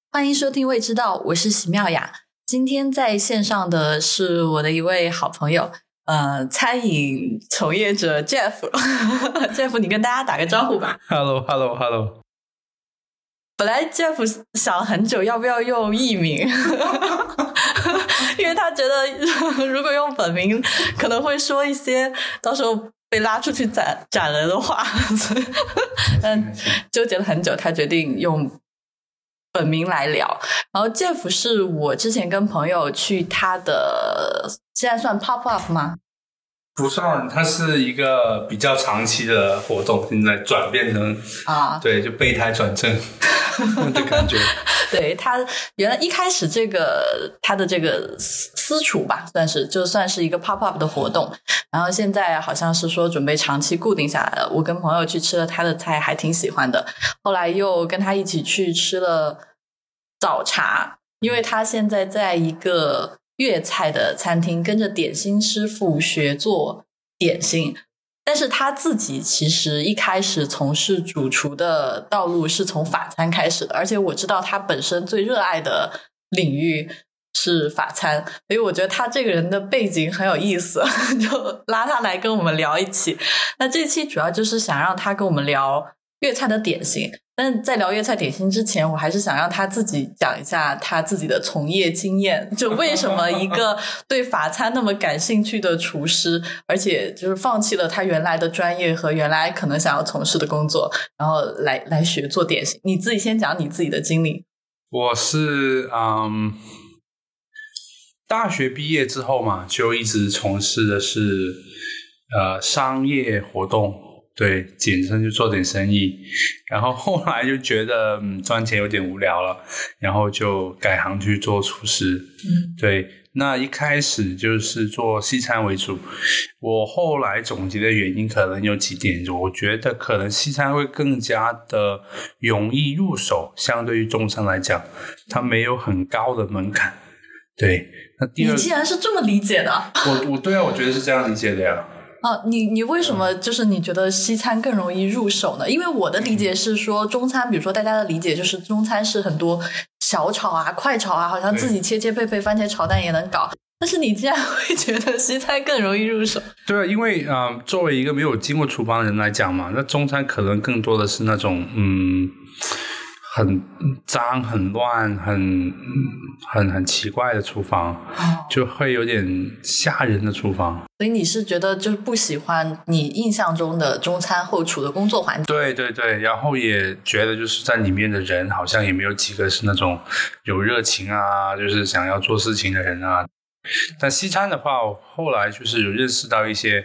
欢迎收听未知道，我是席妙雅。今天在线上的是我的一位好朋友，餐饮从业者 Jeff。Jeff， 你跟大家打个招呼吧。 Hello。 本来 Jeff 想了很久要不要用艺名，因为他觉得如果用本名可能会说一些到时候被拉出去斩人的话，但纠结了很久，他决定用本名来聊。然后 Jeff 是我之前跟朋友去他的，现在算 pop up 吗？ 不算，它是一个比较长期的活动，现在转变成对，就备胎转正的感觉。 对，他原来一开始他的这个私厨吧，算是一个 pop up 的活动，然后现在好像是说准备长期固定下来了。我跟朋友去吃了他的菜，还挺喜欢的。后来又跟他一起去吃了早茶，因为他现在在一个粤菜的餐厅跟着点心师傅学做点心，但是他自己其实一开始从事主厨的道路是从法餐开始的，而且我知道他本身最热爱的领域是法餐，所以我觉得他这个人的背景很有意思，就拉他来跟我们聊一起。那这期主要就是想让他跟我们聊粤菜的点心，但在聊粤菜点心之前，我还是想让他自己讲一下他自己的从业经验，就为什么一个对法餐那么感兴趣的厨师，而且就是放弃了他原来的专业和原来可能想要从事的工作，然后来学做点心。你自己先讲你自己的经历。 我是大学毕业之后嘛，就一直从事的是商业活动，对，简称就做点生意。然后后来就觉得赚钱有点无聊了，然后就改行去做厨师。对，那一开始就是做西餐为主。我后来总结的原因可能有几点，我觉得可能西餐会更加的容易入手，相对于中餐来讲，它没有很高的门槛。对，那第二， 你既然是这么理解的， 对啊，我觉得是这样理解的呀。 你为什么就是你觉得西餐更容易入手呢？因为我的理解是说中餐，比如说大家的理解就是中餐是很多小炒啊、快炒啊，好像自己切配番茄炒蛋也能搞。但是你竟然会觉得西餐更容易入手？ 对啊，因为作为一个没有经过厨房的人来讲嘛，那中餐可能更多的是那种很脏、很乱、很奇怪的厨房，就会有点吓人的厨房。 所以你是觉得就是不喜欢你印象中的中餐后厨的工作环境？ 对，然后也觉得就是在里面的人好像也没有几个是那种有热情啊，就是想要做事情的人啊。但西餐的话，我后来就是有认识到一些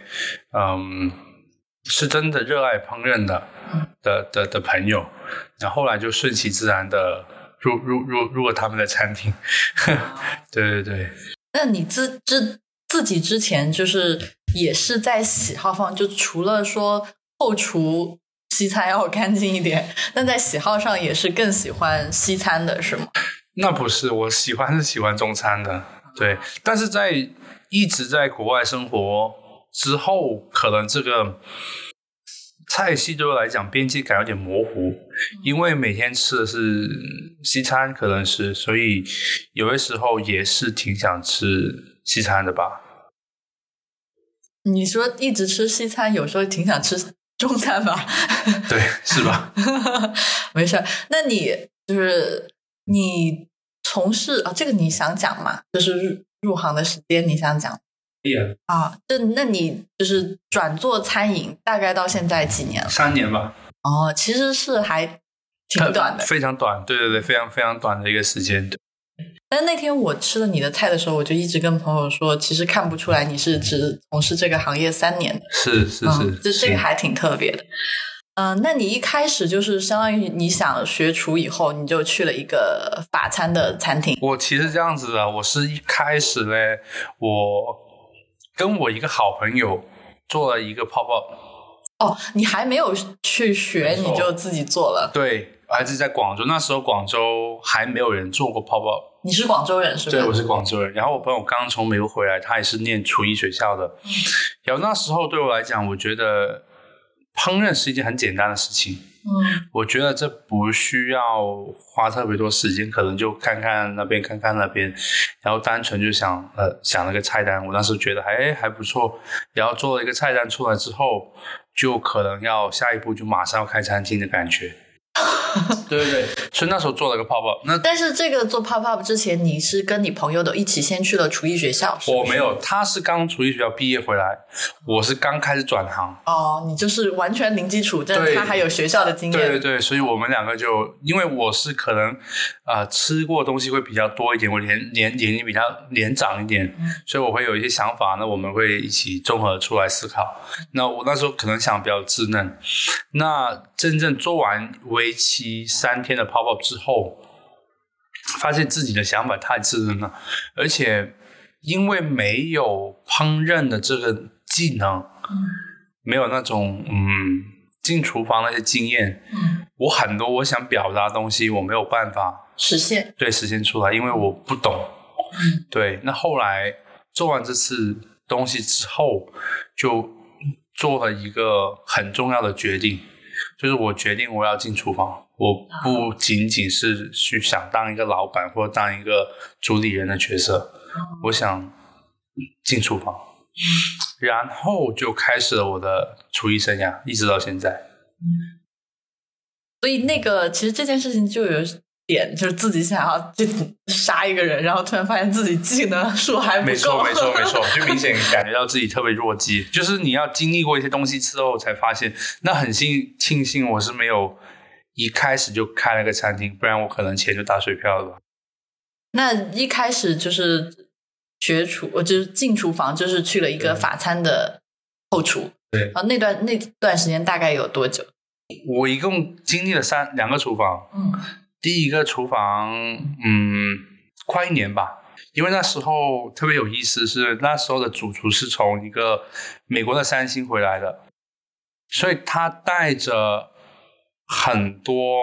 是真的热爱烹饪的朋友，然后后来就顺其自然的入了他们的餐厅。对。 那你自己之前就是也是在喜好方，就除了说后厨西餐要干净一点，但在喜好上也是更喜欢西餐的是吗？ 那不是，我喜欢中餐的，对。但是一直在国外生活之后，可能这个菜系对我来讲边界感有点模糊，因为每天吃的是西餐，可能是，所以有的时候也是挺想吃西餐的吧。 你说一直吃西餐，有时候挺想吃中餐吧？ 对，是吧？ 没事。那你从事这个你想讲吗？就是入行的时间你想讲？那你就是转做餐饮大概到现在几年了 ？3年吧。 其实是还挺短的。 非常短，对，非常非常短的一个时间。 但是那天我吃了你的菜的时候，我就一直跟朋友说，其实看不出来你是只从事这个行业3年的。 是， 这个还挺特别的。那你一开始就是相当于你想学厨以后，你就去了一个法餐的餐厅。 我其实这样子的，我是一开始呢，我跟我一个好朋友做了一个泡泡。 你还没有去学你就自己做了？ 对，还是在广州，那时候广州还没有人做过泡泡。 你是广州人是吧？ 对，我是广州人。然后我朋友刚从美国回来，他也是念厨艺学校的。然后那时候对我来讲，我觉得烹饪是一件很简单的事情。 我觉得这不需要花特别多时间，可能就看看那边看看那边，然后单纯就想那个菜单，我当时觉得还不错，然后做了一个菜单出来之后，就可能要下一步就马上要开餐厅的感觉。对对对，所以那时候做了个 pop up。 但是这个做 pop up 之前，你是跟你朋友都一起先去了厨艺学校？是不是？ 我没有，他是刚厨艺学校毕业回来，我是刚开始转行。 哦，你就是完全零基础，但是他还有学校的经验。 对对对，所以我们两个就，因为我是可能吃过的东西会比较多一点，我年龄比较年长一点，所以我会有一些想法，那我们会一起综合出来思考。那我那时候可能想比较稚嫩，那真正做完为期3天的 pop up 之后，发现自己的想法太稚嫩了，而且因为没有烹饪的这个技能，没有那种进厨房那些经验，我很多我想表达的东西我没有办法实现出来，因为我不懂。对，那后来做完这次东西之后，就做了一个很重要的决定，就是我决定我要进厨房，我不仅仅是去想当一个老板或当一个主理人的角色，我想进厨房，然后就开始了我的厨艺生涯，一直到现在。 所以那个其实这件事情就有点就是自己想要就杀一个人，然后突然发现自己技能数还不够。 没错，就明显感觉到自己特别弱鸡。就是你要经历过一些东西之后才发现，那很庆幸我是没有一开始就开了个餐厅，不然我可能钱就打水漂了吧。 那一开始就是学厨，我就是进厨房，就是去了一个法餐的后厨。 对， 那段时间大概有多久？ 我一共经历了2个厨房。第一个厨房快1年吧，因为那时候特别有意思，是那时候的主厨是从一个美国的3星回来的，所以他带着很多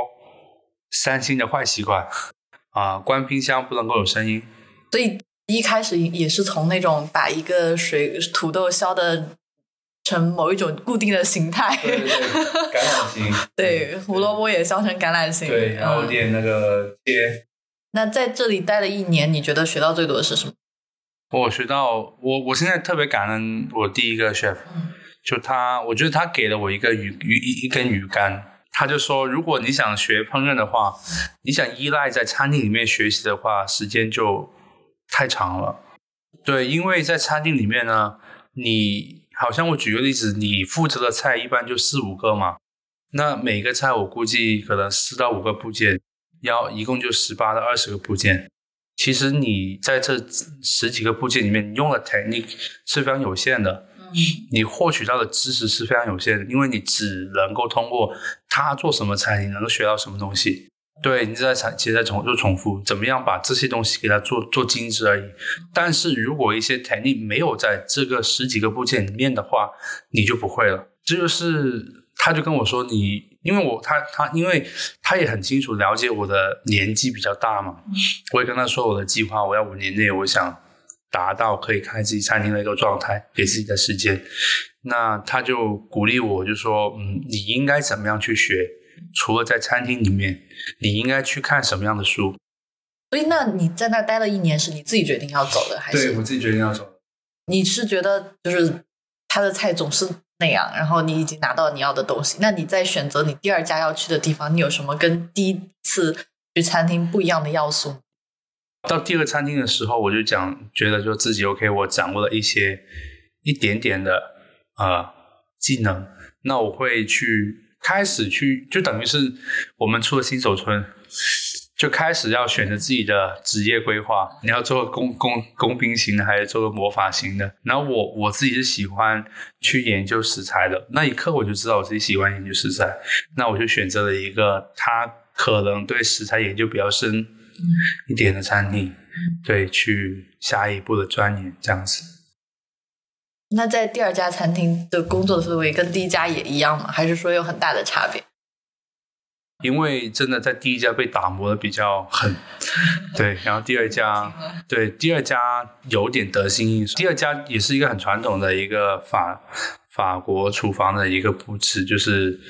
3星的坏习惯关冰箱不能够有声音， 所以一开始也是从那种把一个土豆削的成某一种固定的形态， 对，橄榄形， 对，胡萝卜也削成橄榄形， 对，然后点那个切。 那在这里待了1年，你觉得学到最多的是什么？ 我学到我现在特别感恩我第一个 chef，就我觉得他给了我一根鱼竿，他就说如果你想学烹饪的话，你想依赖在餐厅里面学习的话，时间就太长了。对，因为在餐厅里面呢，你好像我举个例子，你负责的菜一般就4、5个嘛，那每个菜我估计可能4到5个部件，一共就18到20个部件。其实你在这10几个部件里面，你用的 technique 是非常有限的，你获取到的知识是非常有限的，因为你只能够通过他做什么菜，你能够学到什么东西。对，你其实在重复怎么样把这些东西给它做精致而已。但是如果一些 technique 没有在这个10几个部件里面的话，你就不会了。这就是他就跟我说因为他也很清楚了解我的年纪比较大嘛，我也跟他说我的计划，我要5年内我想达到可以开自己餐厅的一个状态，给自己的时间。那他就鼓励我，就说你应该怎么样去学，除了在餐厅里面，你应该去看什么样的书。 所以那你在那待了1年，是你自己决定要走的还是？ 对，我自己决定要走的。 你是觉得就是他的菜总是那样，然后你已经拿到你要的东西，那你在选择你第2家要去的地方，你有什么跟第一次去餐厅不一样的要素？ 到第2个餐厅的时候，我就觉得说自己 OK， 我掌握了一点点的技能，那我会开始就等于是我们出了新手村，就开始要选择自己的职业规划，你要做工兵型的还是做个魔法型的。然后我自己是喜欢去研究食材的，那一刻我就知道我自己喜欢研究食材，那我就选择了一个他可能对食材研究比较深一点的餐厅，对，去下一步的钻研这样子。 那在第2家餐厅的工作的氛围跟第1家也一样吗？还是说有很大的差别？ 因为真的在第1家被打磨的比较狠，对，然后第2家有点得心应手。第2家也是一个很传统的一个法国厨房的一个布置，就是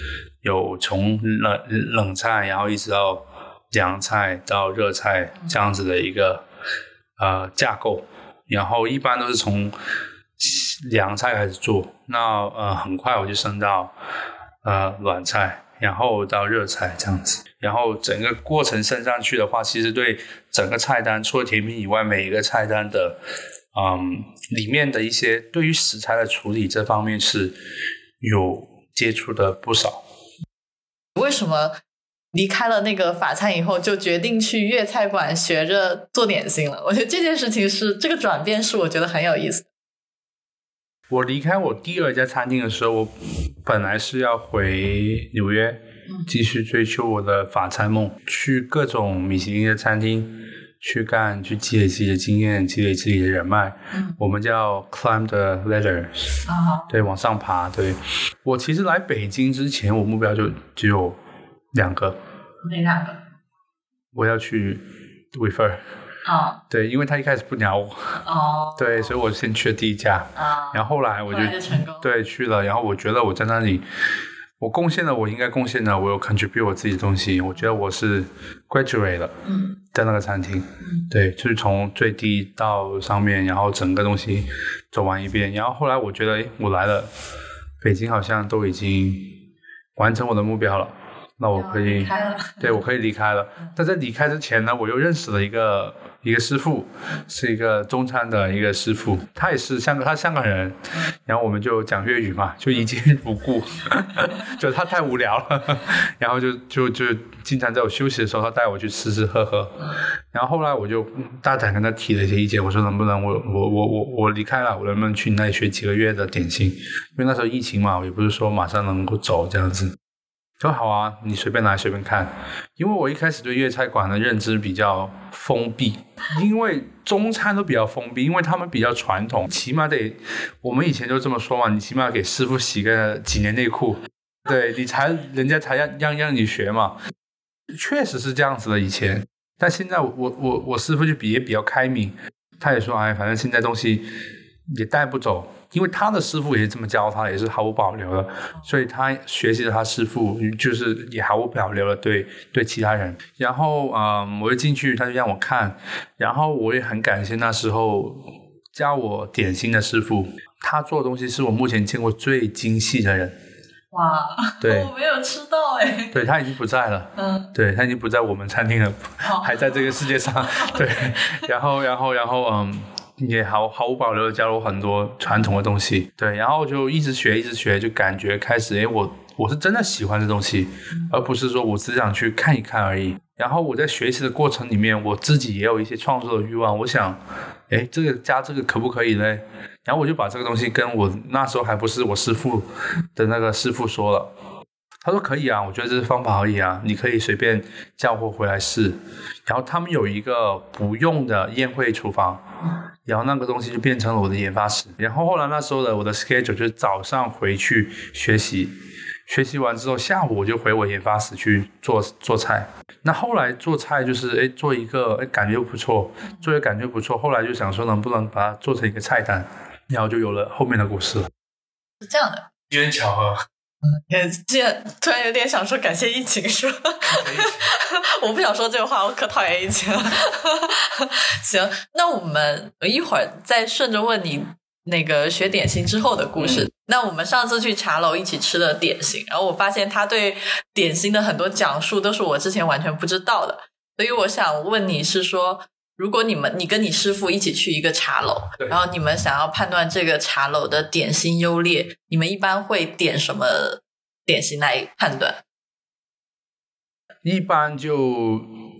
有从冷菜，然后一直到凉菜到热菜这样子的一个架构，然后一般都是从凉菜开始做，那很快我就升到暖菜，然后到热菜这样子，然后整个过程升上去的话，其实对整个菜单除了甜品以外，每一个菜单的里面的一些对于食材的处理这方面是有接触的不少。 为什么离开了那个法餐以后就决定去粤菜馆学着做点心了？我觉得这件事情这个转变是我觉得很有意思的。 我离开我第二家餐厅的时候，我本来是要回纽约继续追求我的法餐梦，去各种米其林的餐厅去积累自己的经验，积累自己的人脉。我们叫 climb the ladder，对，往上爬。对，我其实来北京之前，我目标就只有2个。 哪2个？ 我要去 Wayfair。对，因为他一开始不鸟我。对，所以我先去了第一家。然后后来我就成功。 对，去了，然后我觉得我在那里我贡献了我应该贡献的，我有 contribute 我自己的东西，我觉得我是 graduate 了。在那个餐厅。对，就是从最低到上面，然后整个东西走完一遍，然后后来我觉得我来了北京好像都已经完成我的目标了，那我可以对，我可以离开了。但在离开之前呢，我又认识了一个师傅，是一个中餐的一个师傅，他也是他香港人，然后我们就讲粤语嘛，就一见如故。就他太无聊了，然后就经常在我休息的时候，他带我去吃喝喝。然后后来我就大胆跟他提了一些意见，我说能不能我离开了，我能不能去你那里学几个月的点心？因为那时候疫情嘛，我也不是说马上能够走这样子。说好啊，你随便来随便看。因为我一开始对粤菜馆的认知比较封闭，因为中餐都比较封闭，因为他们比较传统，起码得，我们以前就这么说嘛，你起码给师傅洗个几年内裤，对，人家才让你学嘛。确实是这样子的以前，但现在我师傅就也比较开明，他也说反正现在东西也带不走。因为他的师傅也是这么教他，也是毫无保留的，所以他学习了他师傅，就是也毫无保留的对其他人。然后我就进去，他就让我看，然后我也很感谢那时候教我点心的师傅，他做的东西是我目前见过最精细的人。 哇， 对， 我没有吃到对，他已经不在了。对，他已经不在我们餐厅了，还在这个世界上。对，然后也毫无保留的教了我很多传统的东西。对，然后就一直学，就感觉开始我是真的喜欢这东西，而不是说我只想去看一看而已。然后我在学习的过程里面，我自己也有一些创作的欲望，我想这个加这个可不可以嘞？然后我就把这个东西跟我那时候还不是我师傅的那个师傅说了，他说可以啊，我觉得这是方法而已啊，你可以随便叫货回来试。然后他们有一个不用的宴会厨房，然后那个东西就变成了我的研发室。然后后来那时候的我的 schedule 就是早上回去学习完之后，下午我就回我研发室去做菜。那后来做菜就是做一个感觉不错，做一个感觉不错，后来就想说能不能把它做成一个菜单，然后就有了后面的故事了。 是这样的， 因缘巧合。 突然有点想说感谢疫情是吧？我不想说这个话，我可讨厌疫情了。行，那我们一会儿再顺着问你那个学点心之后的故事。那我们上次去茶楼一起吃的点心，然后我发现他对点心的很多讲述都是我之前完全不知道的，所以我想问你是说，如果你跟你师傅一起去一个茶楼，然后你们想要判断这个茶楼的点心优劣，你们一般会点什么点心来判断？ 一般就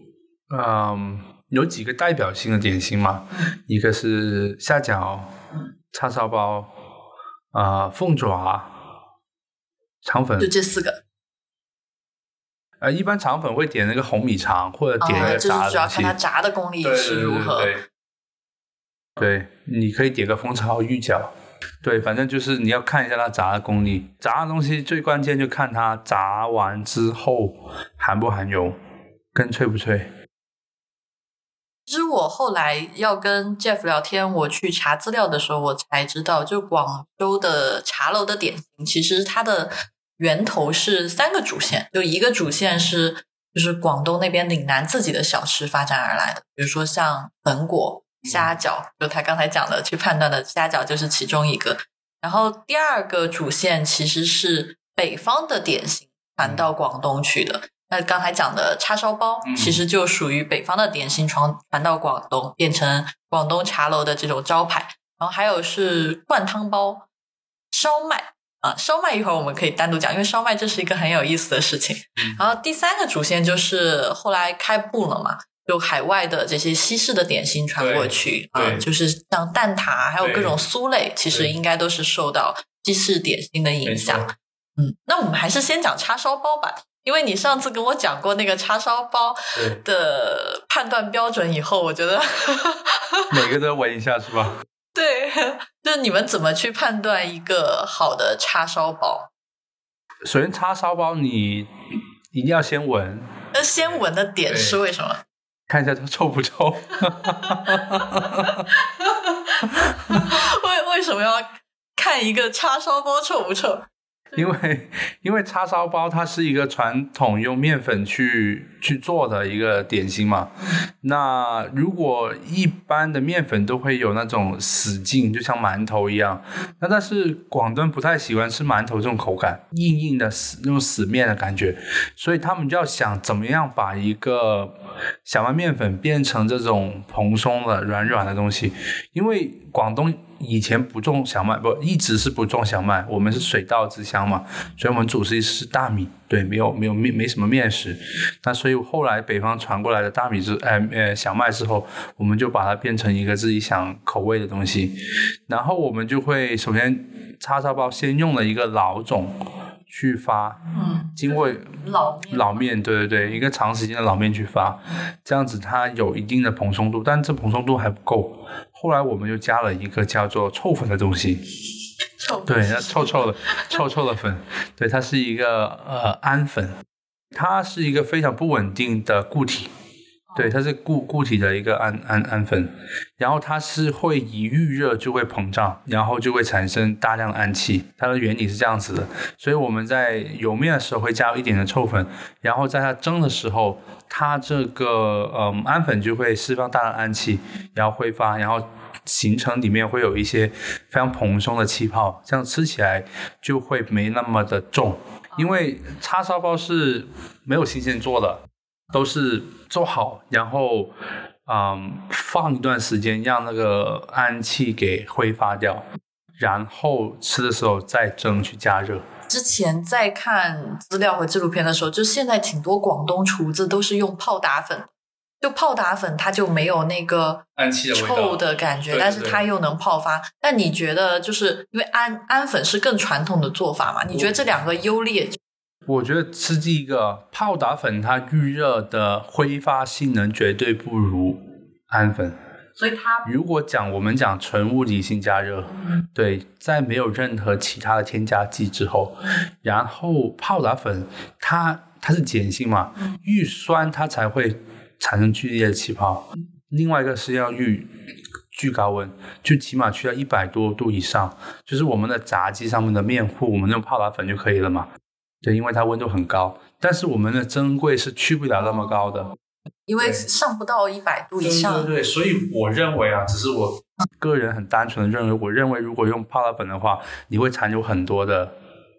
有几个代表性的点心嘛，一个是虾饺、叉烧包、凤爪、肠粉， 就这4个。 一般肠粉会点那个红米肠，或者点一个炸的东西， 就是主要看它炸的功力是如何。 对，你可以点个蜂巢芋饺。对，反正就是你要看一下它炸的功力。炸的东西最关键就看它炸完之后含不含油，跟脆不脆。 其实我后来要跟 Jeff 聊天，我去查资料的时候，我才知道，就广州的茶楼的点心，其实它的源头是3个主线，就一个主线是就是广东那边岭南自己的小吃发展而来的，比如说像粉果、虾饺，就他刚才讲的去判断的虾饺就是其中一个。然后第2个主线其实是北方的点心传到广东去的，那刚才讲的叉烧包其实就属于北方的点心传到广东，变成广东茶楼的这种招牌。然后还有是灌汤包、烧麦烧麦一会儿我们可以单独讲，因为烧麦这是一个很有意思的事情。然后第3个主线就是后来开埠了嘛，就海外的这些西式的点心传过去就是像蛋挞还有各种酥类，其实应该都是受到西式点心的影响。那我们还是先讲叉烧包吧，因为你上次跟我讲过那个叉烧包的判断标准以后，我觉得每个都闻一下是吧？ 对，就是你们怎么去判断一个好的叉烧包？ 首先叉烧包你一定要先闻， 那先闻的点是为什么？ 看一下它臭不臭。 为什么要看一个叉烧包臭不臭？ 因为叉烧包它是一个传统用面粉去做的一个点心嘛，那如果一般的面粉都会有那种死劲，就像馒头一样，那但是广东不太喜欢吃馒头这种口感，硬硬的那种死面的感觉，所以他们就要想怎么样把一个小麦面粉变成这种蓬松的软软的东西。因为广东以前不种小麦，一直是不种小麦，我们是水稻之乡嘛，所以我们主食是大米，对，没什么面食。那所以后来北方传过来的大米小麦之后，我们就把它变成一个自己想口味的东西。然后我们就会首先叉烧包先用了一个老种去发，经过老面，对对对，一个长时间的老面去发，这样子它有一定的蓬松度，但这蓬松度还不够。后来我们就加了一个叫做臭粉的东西，对，那臭臭的粉，对，它是一个氨粉，它是一个非常不稳定的固体。对，它是固体的一个氨粉，然后它是会一遇热就会膨胀，然后就会产生大量的氨气，它的原理是这样子的。所以我们在莜面的时候会加入一点的臭粉，然后在它蒸的时候，它这个氨粉就会释放大量氨气，然后挥发，然后形成里面会有一些非常蓬松的气泡，这样吃起来就会没那么的重。因为叉烧包是没有新鲜做的，都是做好，然后放一段时间让那个氨气给挥发掉，然后吃的时候再蒸去加热。 之前在看资料和纪录片的时候，就现在挺多广东厨子都是用泡打粉，就泡打粉它就没有那个氨气的味道臭的感觉， 对对对， 但是它又能泡发。但你觉得就是因为氨粉是更传统的做法嘛？你觉得这两个优劣？ 我觉得吃第一个泡打粉，它预热的挥发性能绝对不如氨粉， 所以它如果我们讲纯物理性加热，对，在没有任何其他的添加剂之后，然后泡打粉它是碱性嘛，遇酸它才会产生剧烈的气泡。另外一个是要遇巨高温，就起码去到100多度以上，就是我们的炸鸡上面的面糊，我们用泡打粉就可以了嘛。对，因为它温度很高，但是我们的蒸柜是去不了那么高的， 因为上不到100度以上。 对，所以我认为只是我个人很单纯的认为，我认为如果用泡打粉的话，你会残留很多的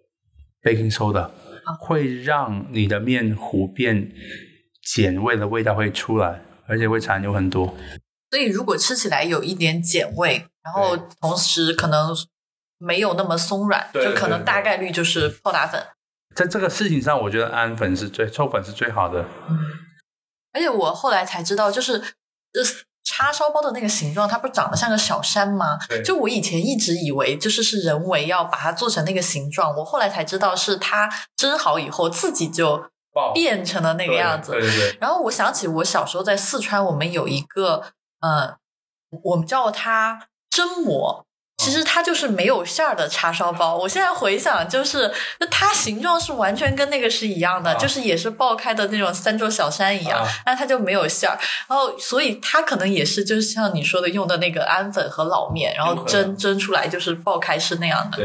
baking soda，会让你的面糊变碱味的味道会出来，而且会残留很多。 所以如果吃起来有一点碱味，然后同时可能没有那么松软，就可能大概率就是泡打粉。 在这个事情上，我觉得氨粉臭粉是最好的。 而且我后来才知道，就是叉烧包的那个形状，它不是长得像个小山吗？就我以前一直以为是人为要把它做成那个形状，我后来才知道是它蒸好以后自己就变成了那个样子。 对。 然后我想起我小时候在四川，我们有一个我们叫它蒸馍。其实它就是没有馅儿的叉烧包，我现在回想就是它形状是完全跟那个是一样的，就是也是爆开的那种三座小山一样，但它就没有馅儿，然后所以它可能也是就是像你说的用的那个氨粉和老面，然后蒸出来就是爆开是那样的。 对，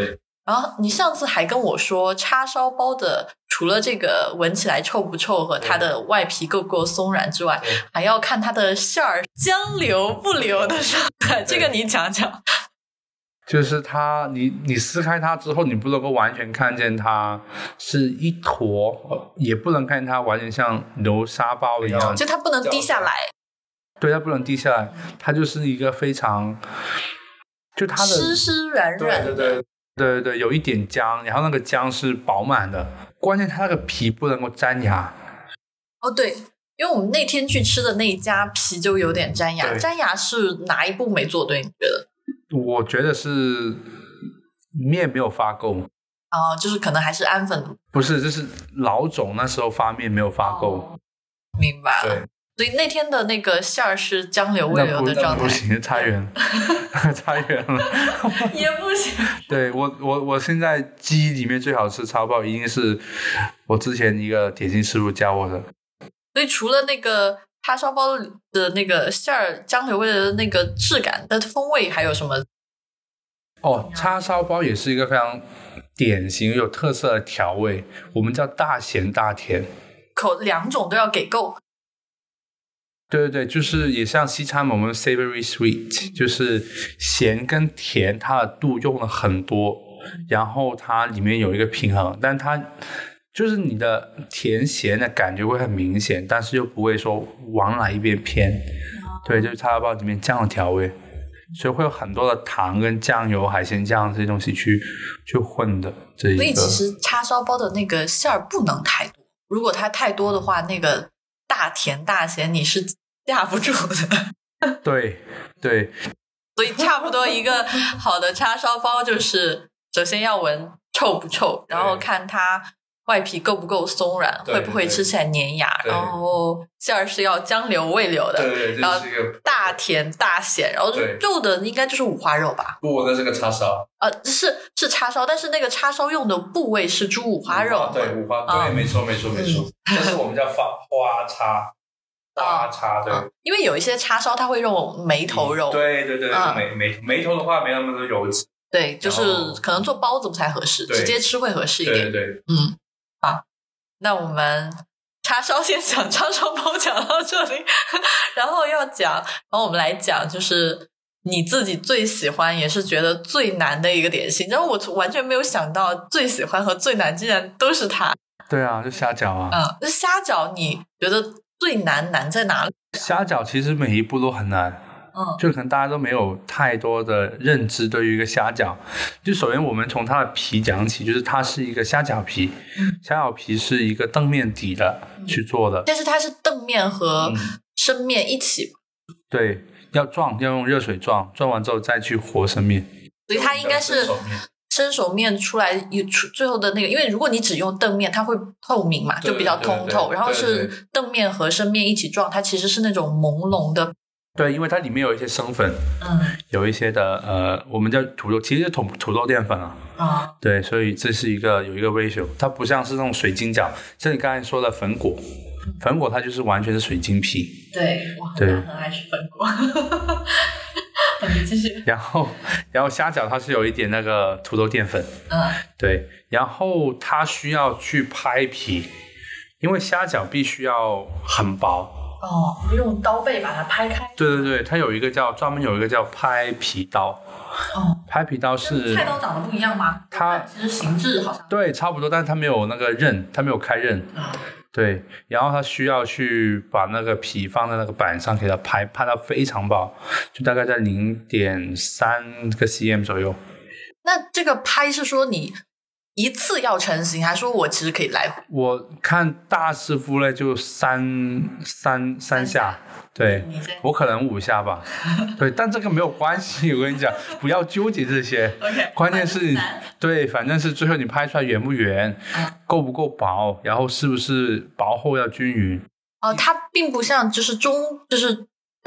然后你上次还跟我说，叉烧包的除了这个闻起来臭不臭和它的外皮够不够松软之外，还要看它的馅儿浆流不流的状态。这个你讲讲。 就是它，你撕开它之后，你不能够完全看见它是一坨，也不能看见它完全像流沙包一样， 就它不能滴下来。 对，它不能滴下来，它就是一个非常，就它的湿湿软软的， 对，有一点浆，然后那个浆是饱满的，关键它那个皮不能够粘牙。 哦，对，因为我们那天去吃的那一家皮就有点粘牙，粘牙是哪一步没做对？你觉得？ 我觉得是面没有发够。 就是可能还是安粉， 不是，就是老总那时候发面没有发够。 明白了。所以那天的那个馅儿是浆流未流的状态。 不行，差远了，差远了， 也不行。 对，我现在记忆里面最好吃叉烧包，一定是我之前一个点心师傅教我的。 所以除了那个叉烧包的那个馅儿浆流味的那个质感的风味，还有什么？ 叉烧包也是一个非常典型有特色的调味，我们叫大咸大甜， 两种都要给够。 对，就是也像西餐嘛，我们 savory sweet， 就是咸跟甜它的度用了很多，然后它里面有一个平衡，但它就是你的甜咸的感觉会很明显，但是又不会说往哪一边偏。对，就是叉烧包里面这样的调味，所以会有很多的糖跟酱油、海鲜酱这些东西去混的。所以其实叉烧包的那个馅儿不能太多，如果它太多的话，那个大甜大咸你是架不住的。 对， 所以差不多一个好的叉烧包就是首先要闻臭不臭，然后看它外皮够不够松软，会不会吃起来粘牙，然后馅儿是要浆流未流的，然后大甜大咸，然后肉的应该就是五花肉吧？ 不，那是个叉烧。 是叉烧，但是那个叉烧用的部位是猪五花肉。 对，五花，对，没错。这是我们叫花叉。大叉，对， 因为有一些叉烧它会用梅头肉。 对，梅头的话没那么多油脂。 对，就是可能做包子不太合适，直接吃会合适一点。 对， 好，那我们叉烧先讲，叉烧包讲到这里，然后我们来讲，就是你自己最喜欢也是觉得最难的一个点心。然后我完全没有想到最喜欢和最难竟然都是它。 对啊，就虾饺啊。 那虾饺你觉得最难在哪里？ 虾饺其实每一步都很难。就可能大家都没有太多的认知对于一个虾饺。就首先我们从它的皮讲起，就是它是一个虾饺皮，虾饺皮是一个澄面底的去做的， 但是它是澄面和生面一起。 对，要用热水撞完之后再去和生面， 所以它应该是生熟面出来最后的那个，因为如果你只用澄面它会透明嘛，就比较通透，然后是澄面和生面一起撞，它其实是那种朦胧的。 对，因为它里面有一些生粉，有一些的我们叫土豆，其实是土豆淀粉啊。对，所以这是有一个 ratio， 它不像是那种水晶饺，像你刚才说的粉果，粉果它就是完全是水晶皮。 对，我很爱吃粉果。你继续。 然后虾饺它是有一点那个土豆淀粉，对，然后它需要去拍皮，因为虾饺必须要很薄。 用刀背把它拍开。 对，它专门有一个叫拍皮刀。拍皮刀是菜刀长得不一样吗？它其实形制好像对差不多，但是它没有那个刃，它没有开刃。对，然后它需要去把那个皮放在那个板上给它拍到非常薄，就大概在 0.3 个 cm 左右。 那这个拍是说你一次要成型，还是说我其实可以来回？ 我看大师傅呢就三下，对，我可能5下吧。对，但这个没有关系，我跟你讲，不要纠结这些。 Okay, 关键是对，反正是最后你拍出来圆不圆，够不够薄，然后是不是薄厚要均匀。 它并不像就是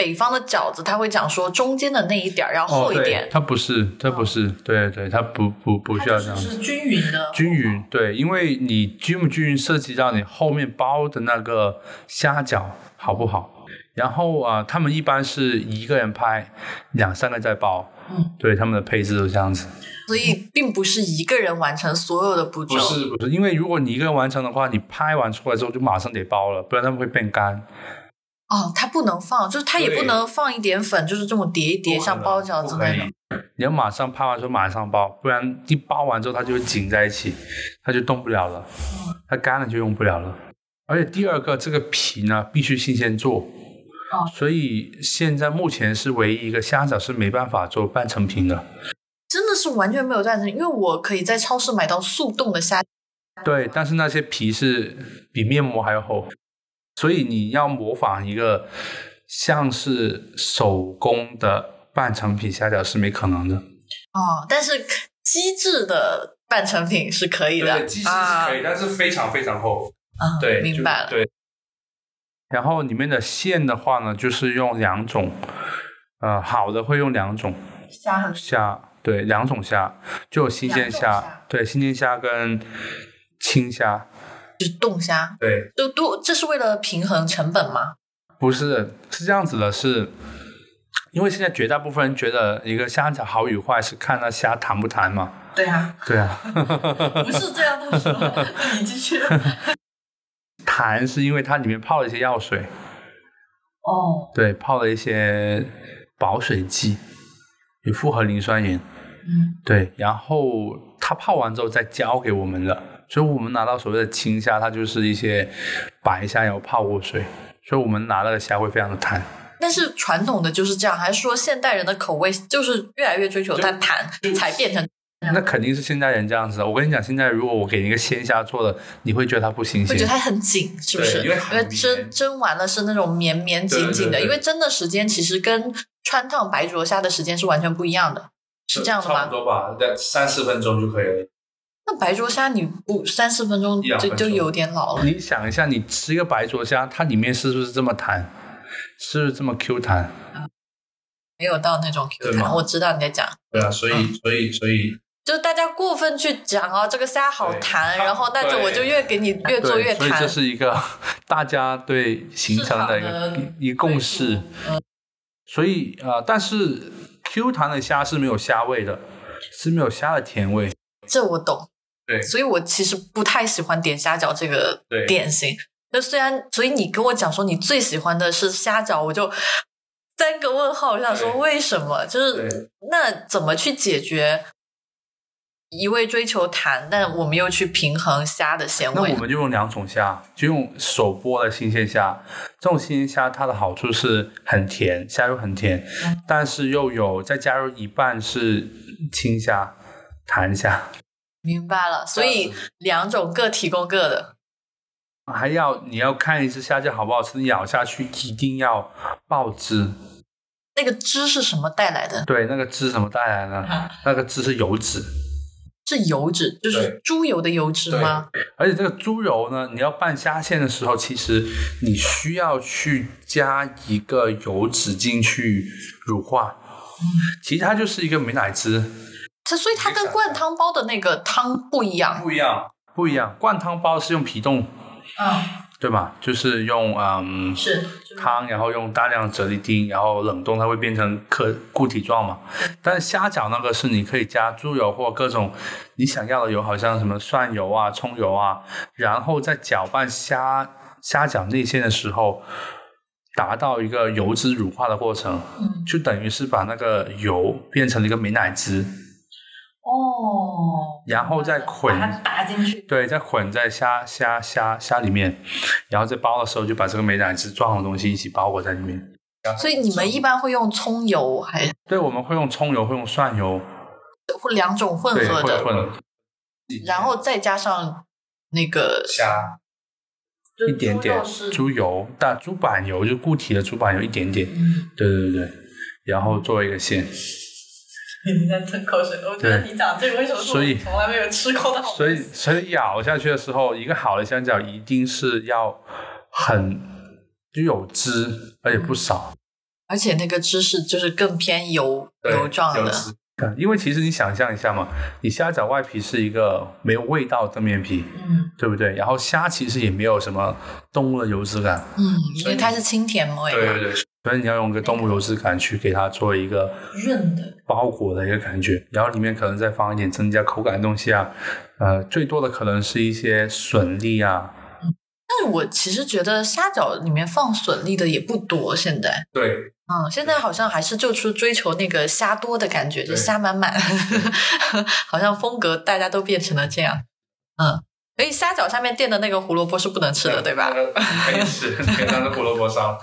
北方的饺子，他会讲说中间的那一点要厚一点。 它不是，它不是，对对，它不需要这样子。 是均匀的。 均匀，对，因为你均不均匀涉及到你后面包的那个虾饺好不好。然后他们一般是一个人拍2-3个在包，对，他们的配置都这样子。 所以并不是一个人完成所有的步骤。 不是，因为如果你一个人完成的话，你拍完出来之后就马上得包了，不然他们会变干。 它不能放，就是它也不能放一点粉，就是这么叠一叠，像包饺子那种。 你要马上拍完之后马上包，不然一包完之后它就会紧在一起，它就动不了了，它干了就用不了了。而且第二个，这个皮呢必须新鲜做。所以现在目前是唯一一个虾饺是没办法做半成品的， 真的是完全没有半成品，因为我可以在超市买到速冻的虾。 对，但是那些皮是比面膜还要厚，所以你要模仿一个像是手工的半成品虾饺是没可能的。 但是机制的半成品是可以的。 对，机制是可以，但是非常非常厚。对， 明白了。 对。然后里面的馅的话呢，就是用2种，好的会用2种虾，对，2种虾，就有新鲜虾，对，新鲜虾跟青虾， 就是冻虾， 对， 这是为了平衡成本吗？ 不是，是这样子的，是因为现在绝大部分人觉得一个虾饺好与坏是看那虾弹不弹嘛。 对啊，不是这样的说，你继续。 弹是因为它里面泡了一些药水，对，泡了一些保水剂，有复合磷酸盐，对，然后它泡完之后再交给我们的，所以我们拿到所谓的青虾，它就是一些白虾然后泡过水，所以我们拿那个虾会非常的弹。 但是传统的就是这样，还是说现代人的口味就是越来越追求它弹才变成？ 那肯定是现代人这样子的。我跟你讲，现在如果我给你一个鲜虾做的，你会觉得它不新鲜， 会觉得它很紧，是不是？因为蒸完了是那种绵绵紧紧的，因为蒸的时间其实跟穿烫白灼虾的时间是完全不一样的，是这样的吗？ 差不多吧，3-4分钟就可以了。 那白灼虾你不3-4分钟就有点老了。 你想一下，你吃一个白灼虾，它里面是不是这么弹？是不是这么 Q 弹？ 没有到那种 Q 弹，我知道你在讲。 对啊，所以就是大家过分去讲这个虾好弹，然后但是我就越给你越做越弹。 所以这是一个大家对形成的一个共识。所以但是 Q 弹的虾是没有虾味的，是没有虾的甜味。 这我懂。 对， 所以我其实不太喜欢点虾饺这个点心。那所以你跟我讲说你最喜欢的是虾饺，我就3个问号，我想说为什么？就是那怎么去解决？一味追求弹，但我们又去平衡虾的鲜味。 那我们就用2种虾，就用手剥的新鲜虾。这种新鲜虾它的好处是很甜，虾肉很甜，但是又有再加入一半是青虾、弹虾。 明白了，所以2种各提供各的。 你要看一只虾饺好不好吃，你咬下去一定要爆汁。 那个汁是什么带来的？ 对，那个汁什么带来的？那个汁是油脂。 是油脂，就是猪油的油脂吗？ 而且这个猪油呢，你要拌虾馅的时候，其实你需要去加一个油脂进去乳化。其实它就是一个美乃滋。 所以它跟灌汤包的那个汤不一样。 不一样。灌汤包是用皮冻，对吧？就是用汤，然后用大量的啫喱丁，然后冷冻，它会变成固体状嘛。但是虾饺那个是你可以加猪油或各种你想要的油，好像什么蒜油啊、葱油啊，然后在搅拌虾饺内馅的时候，达到一个油脂乳化的过程，就等于是把那个油变成了一个美乃滋。然后再混， 把它打进去， 对，再混在虾里面，然后再包的时候就把这个美乃滋状的东西一起包裹在里面。 所以你们一般会用葱油还是？ 对，我们会用葱油，会用蒜油 ，2种混合的， 混， 然后再加上那个虾，一点点猪油，但猪板油就固体的猪板油一点点，对，然后做一个馅。 你在吞口水，我觉得你讲这个为什么是我从来没有吃过的好。 所以咬下去的时候，一个好的虾饺一定是要就有汁，而且不少。 而且那个芝士就是更偏油状的。 因为其实你想象一下嘛，你虾饺外皮是一个没有味道的面皮，对不对？然后虾其实也没有什么动物的油脂感， 因为它是清甜味嘛。 对，所以你要用个动物油脂感去给它做一个润的包裹的一个感觉，然后里面可能再放一点增加口感的东西啊，最多的可能是一些笋粒啊。 但是我其实觉得虾饺里面放笋粒的也不多，现在。 对。 现在好像还是就是追求那个虾多的感觉，就虾满满，好像风格大家都变成了这样。所以虾饺下面垫的那个胡萝卜是不能吃的，对吧？ 可以吃，可以当成胡萝卜烧。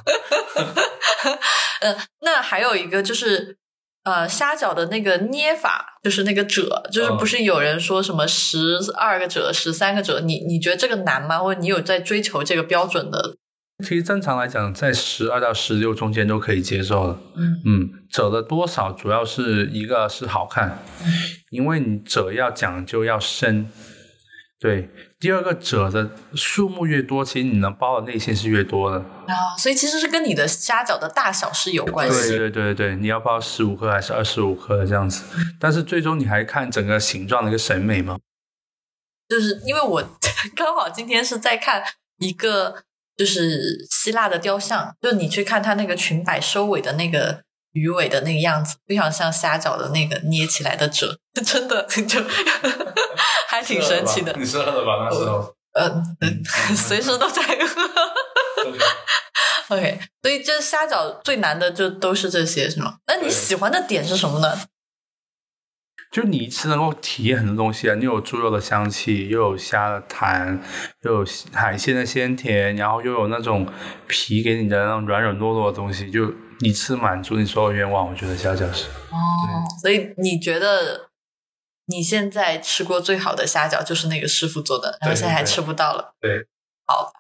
那还有一个就是虾饺的那个捏法，就是那个褶，就是不是有人说什么12个褶、13个褶，你觉得这个难吗？或者你有在追求这个标准的？ 其实正常来讲，在12到16中间都可以接受的。褶的多少主要是一个是好看，因为你褶要讲究要深。对，第二个褶的数目越多，其实你能包的内馅是越多的所以其实是跟你的虾饺的大小是有关系。 对，你要包15颗还是25颗这样子，但是最终你还看整个形状的一个审美嘛。 就是因为我刚好今天是在看一个就是希腊的雕像，就你去看它那个裙摆收尾的那个鱼尾的那个样子，非常像虾饺的那个捏起来的褶，真的就还挺神奇的。 你是喝的吧？那时候随时都在喝。OK， 所以这虾饺最难的就都是这些，是吗？那你喜欢的点是什么呢？ 就你一次能够体验很多东西啊，你有猪肉的香气，又有虾的弹，又有海鲜的鲜甜，然后又有那种皮给你的那种软软糯糯的东西，就一次满足你所有愿望。我觉得虾饺是所以你觉得你现在吃过最好的虾饺就是那个师傅做的，然后现在还吃不到了。 对， 好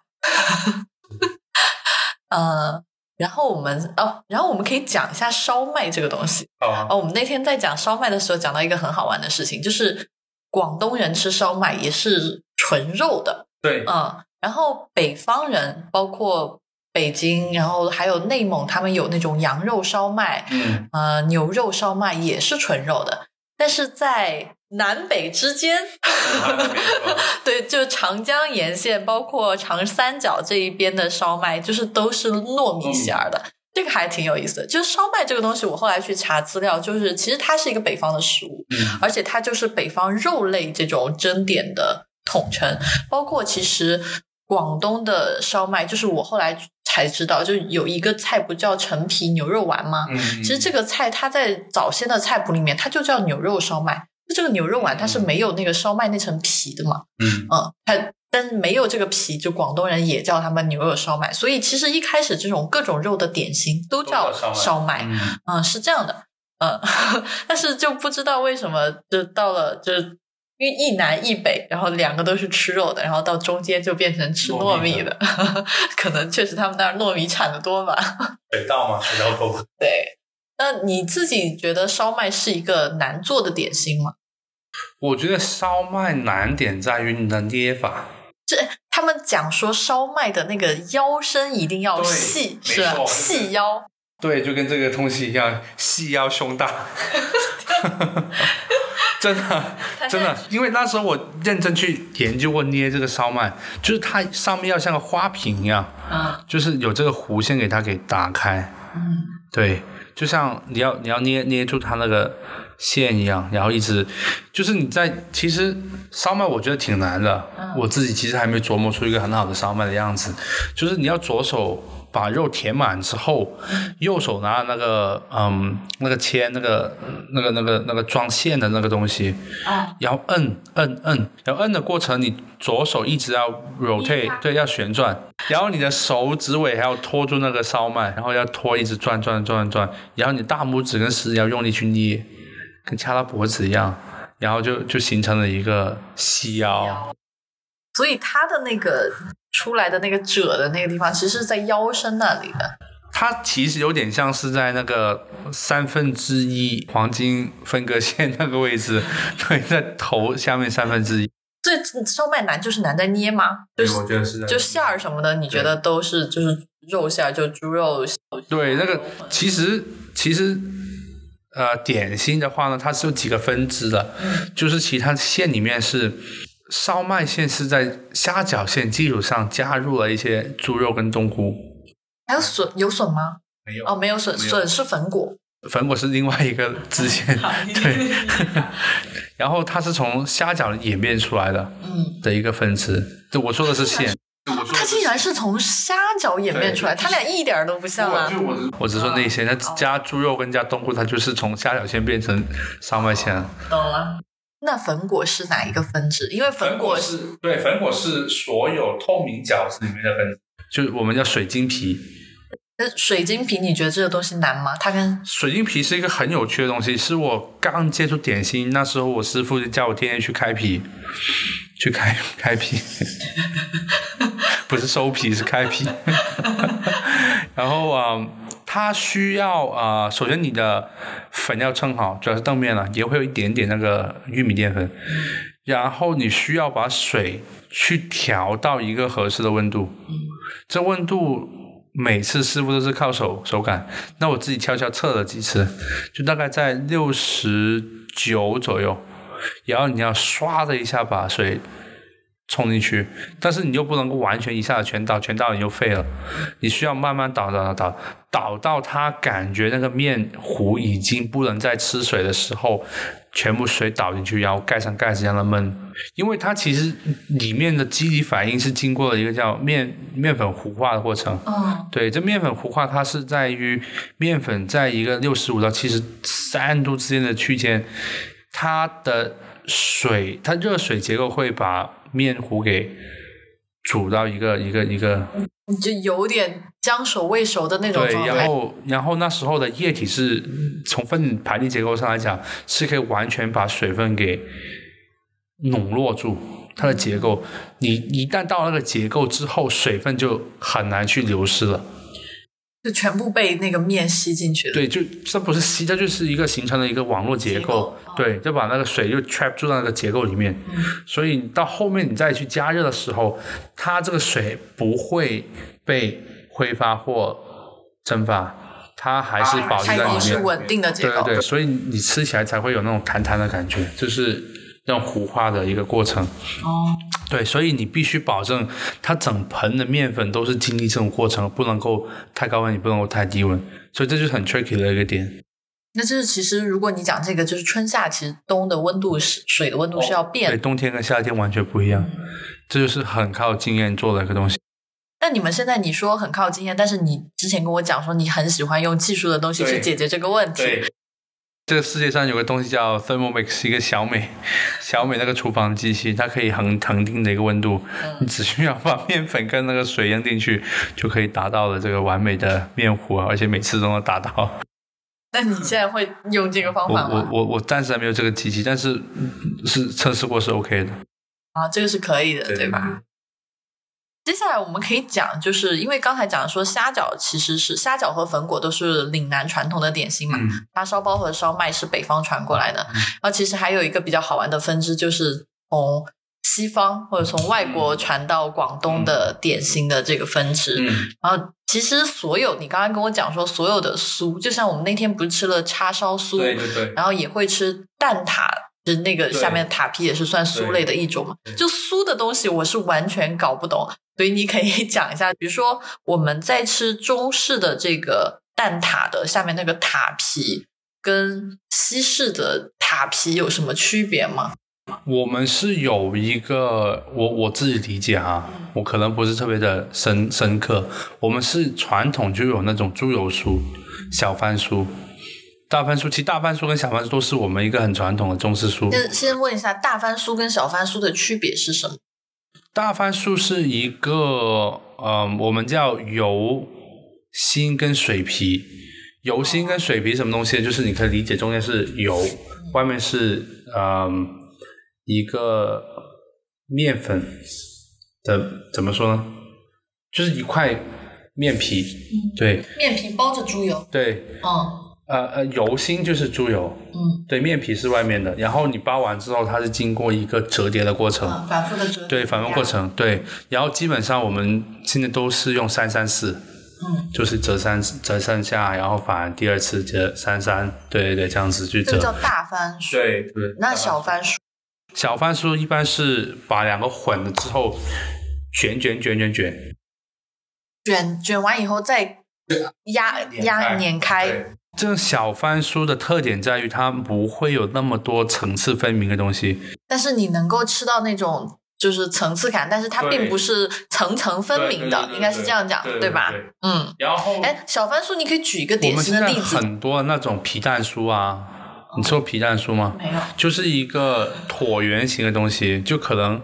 然后我们可以讲一下烧麦这个东西。我们那天在讲烧麦的时候讲到一个很好玩的事情，就是广东人吃烧麦也是纯肉的。 对， 然后北方人包括北京，然后还有内蒙，他们有那种羊肉烧麦，牛肉烧麦也是纯肉的。但是在南北之间对，就长江沿线包括长三角这一边的烧麦就是都是糯米馅儿的，这个还挺有意思的。就是烧麦这个东西我后来去查资料，就是其实它是一个北方的食物，而且它就是北方肉类这种蒸点的统称。包括其实广东的烧麦，就是我后来才知道，就有一个菜不叫陈皮牛肉丸吗？其实这个菜它在早先的菜谱里面它就叫牛肉烧麦，这个牛肉丸它是没有那个烧麦那层皮的嘛，但是没有这个皮，就广东人也叫他们牛肉烧麦。所以其实一开始这种各种肉的点心都叫烧麦，是这样的，但是就不知道为什么就到了就是因为一南一北，然后两个都是吃肉的，然后到中间就变成吃糯米的，可能确实他们那儿糯米产的多吧。 水稻嘛，水稻豆腐。 对，那你自己觉得烧麦是一个难做的点心吗？ 我觉得烧麦难点在于你的捏法。 他们讲说烧麦的那个腰身一定要细，是吧？细腰。 对，就跟这个东西一样，细腰胸大。真的，因为那时候我认真去研究过捏这个烧麦，就是它上面要像个花瓶一样，就是有这个弧线给它给打开，对，就像你要捏住它那个线一样，然后一直就是其实烧麦我觉得挺难的，我自己其实还没琢磨出一个很好的烧麦的样子，就是你要左手把肉填满之后，右手拿那个那个签那个装线的那个东西，然后摁，然后摁的过程你左手一直要 rotate， 对，要旋转，然后你的手指尾还要拖住那个烧麦，然后要拖一直转，然后你大拇指跟食指要用力去捏，跟掐到脖子一样，然后就形成了一个细腰。 所以它的那个出来的那个褶的那个地方其实是在腰身那里的， 它其实有点像是在那个1/3黄金分割线那个位置，对，在头下面1/3。 所以烧麦难就是难在捏吗？ 对，我觉得是。 就馅儿什么的，你觉得都是就是肉馅，就猪肉。 对，那个其实点心的话呢，它是有几个分支的，就是其他馅里面是烧麦馅是在虾饺馅基础上加入了一些猪肉跟冬菇。 还有笋，有笋吗？ 没有哦，没有笋，笋是粉果。 粉果是另外一个支线，对。然后它是从虾饺演变出来的，的一个分支。对，我说的是馅。 它竟然是从虾饺演变出来，它俩一点都不像啊！ 我只说那些，它加猪肉跟加冬菇，它就是从虾饺馅变成烧麦馅。 懂了。那粉果是哪一个分支？因为粉果是所有透明饺子里面的分支，就是我们叫水晶皮。 那水晶皮你觉得这个东西难吗？它跟水晶皮是一个很有趣的东西，是我刚接触点心那时候，我师傅就叫我天天去开皮，去开皮，不是收皮是开皮。然后它需要首先你的粉要称好，主要是澄面了，也会有一点点那个玉米淀粉，然后你需要把水去调到一个合适的温度，这温度每次师傅都是靠手感，那我自己悄悄测了几次，就大概在69左右，然后你要唰的一下把水冲进去，但是你又不能够完全一下子全倒你就废了，你需要慢慢倒到它感觉那个面糊已经不能再吃水的时候，全部水倒进去，然后盖上盖子让它焖。因为它其实里面的机理反应是经过了一个叫面粉糊化的过程。对，这面粉糊化它是在于面粉在一个65到73度之间的区间，它的热水结构会把面糊给煮到一个你就有点将熟未熟的那种状态。 对，然后那时候的液体是从分排列结构上来讲是可以完全把水分给笼络住它的结构，你一旦到那个结构之后，水分就很难去流失了， 就全部被那个面吸进去了。 对，就这不是吸，这就是一个形成了一个网络结构。对，就把那个水就 trap 住在那个结构里面。所以到后面你再去加热的时候，它这个水不会被挥发或蒸发，它还是保持在里面， 它是稳定的结构。 对，所以你吃起来才会有那种弹弹的感觉，就是那种糊化的一个过程。对，所以你必须保证它整盆的面粉都是经历这种过程，不能够太高温，也不能够太低温，所以这就是很 tricky 的一个点。 那就是其实如果你讲这个，就是春夏其实冬的温度水的温度是要变的。 对，冬天跟夏天完全不一样。这就是很靠经验做的一个东西。 那你们现在你说很靠经验，但是你之前跟我讲说你很喜欢用技术的东西去解决这个问题。 对，这个世界上有个东西叫 Thermomix， 一个小美那个厨房机器，它可以恒定的一个温度，你只需要把面粉跟那个水扔进去，就可以达到了这个完美的面糊，而且每次都能达到。 那你现在会用这个方法吗？ 我暂时还没有这个机器，但是测试过是 OK 的。 这个是可以的，对吧？接下来我们可以讲，就是因为刚才讲说虾饺其实是虾饺和粉果都是岭南传统的点心嘛，叉烧包和烧麦是北方传过来的，然后其实还有一个比较好玩的分支，就是从西方或者从外国传到广东的点心的这个分支。然后其实所有你刚刚跟我讲说所有的酥，就像我们那天不是吃了叉烧酥， 对， 然后也会吃蛋挞，就是那个下面的塔皮也是算酥类的一种嘛。就酥的东西我是完全搞不懂，所以你可以讲一下，比如说我们在吃中式的这个蛋挞的下面那个塔皮跟西式的塔皮有什么区别吗？ 我们是有一个我自己理解我可能不是特别的深刻，我们是传统就有那种猪油酥、小番酥、大番酥，其实大番酥跟小番酥都是我们一个很传统的中式酥。 先问一下，大番酥跟小番酥的区别是什么？ 大番酥是一个我们叫油心跟水皮。油心跟水皮什么东西？就是你可以理解中间是油，外面是一个面粉的，怎么说呢？就是一块面皮，对， 面皮包着猪油， 对，油心就是猪油，对，面皮是外面的，然后你包完之后，它是经过一个折叠的过程， 反复的折叠， 对，反复过程，对，然后基本上我们现在都是用334 就是折三下，然后反第二次折三，对，这样子去折。 这个叫大番薯。 对。 那小番薯？ 小番薯一般是把两个混了之后卷完以后再碾开。 这种小番薯的特点在于它不会有那么多层次分明的东西， 但是你能够吃到那种就是层次感，但是它并不是层层分明的，应该是这样讲，对吧？ 然后小番薯你可以举一个典型的例子。 我们现在很多那种皮蛋酥啊，你吃过皮蛋酥吗？ 没有。就是一个椭圆形的东西，就可能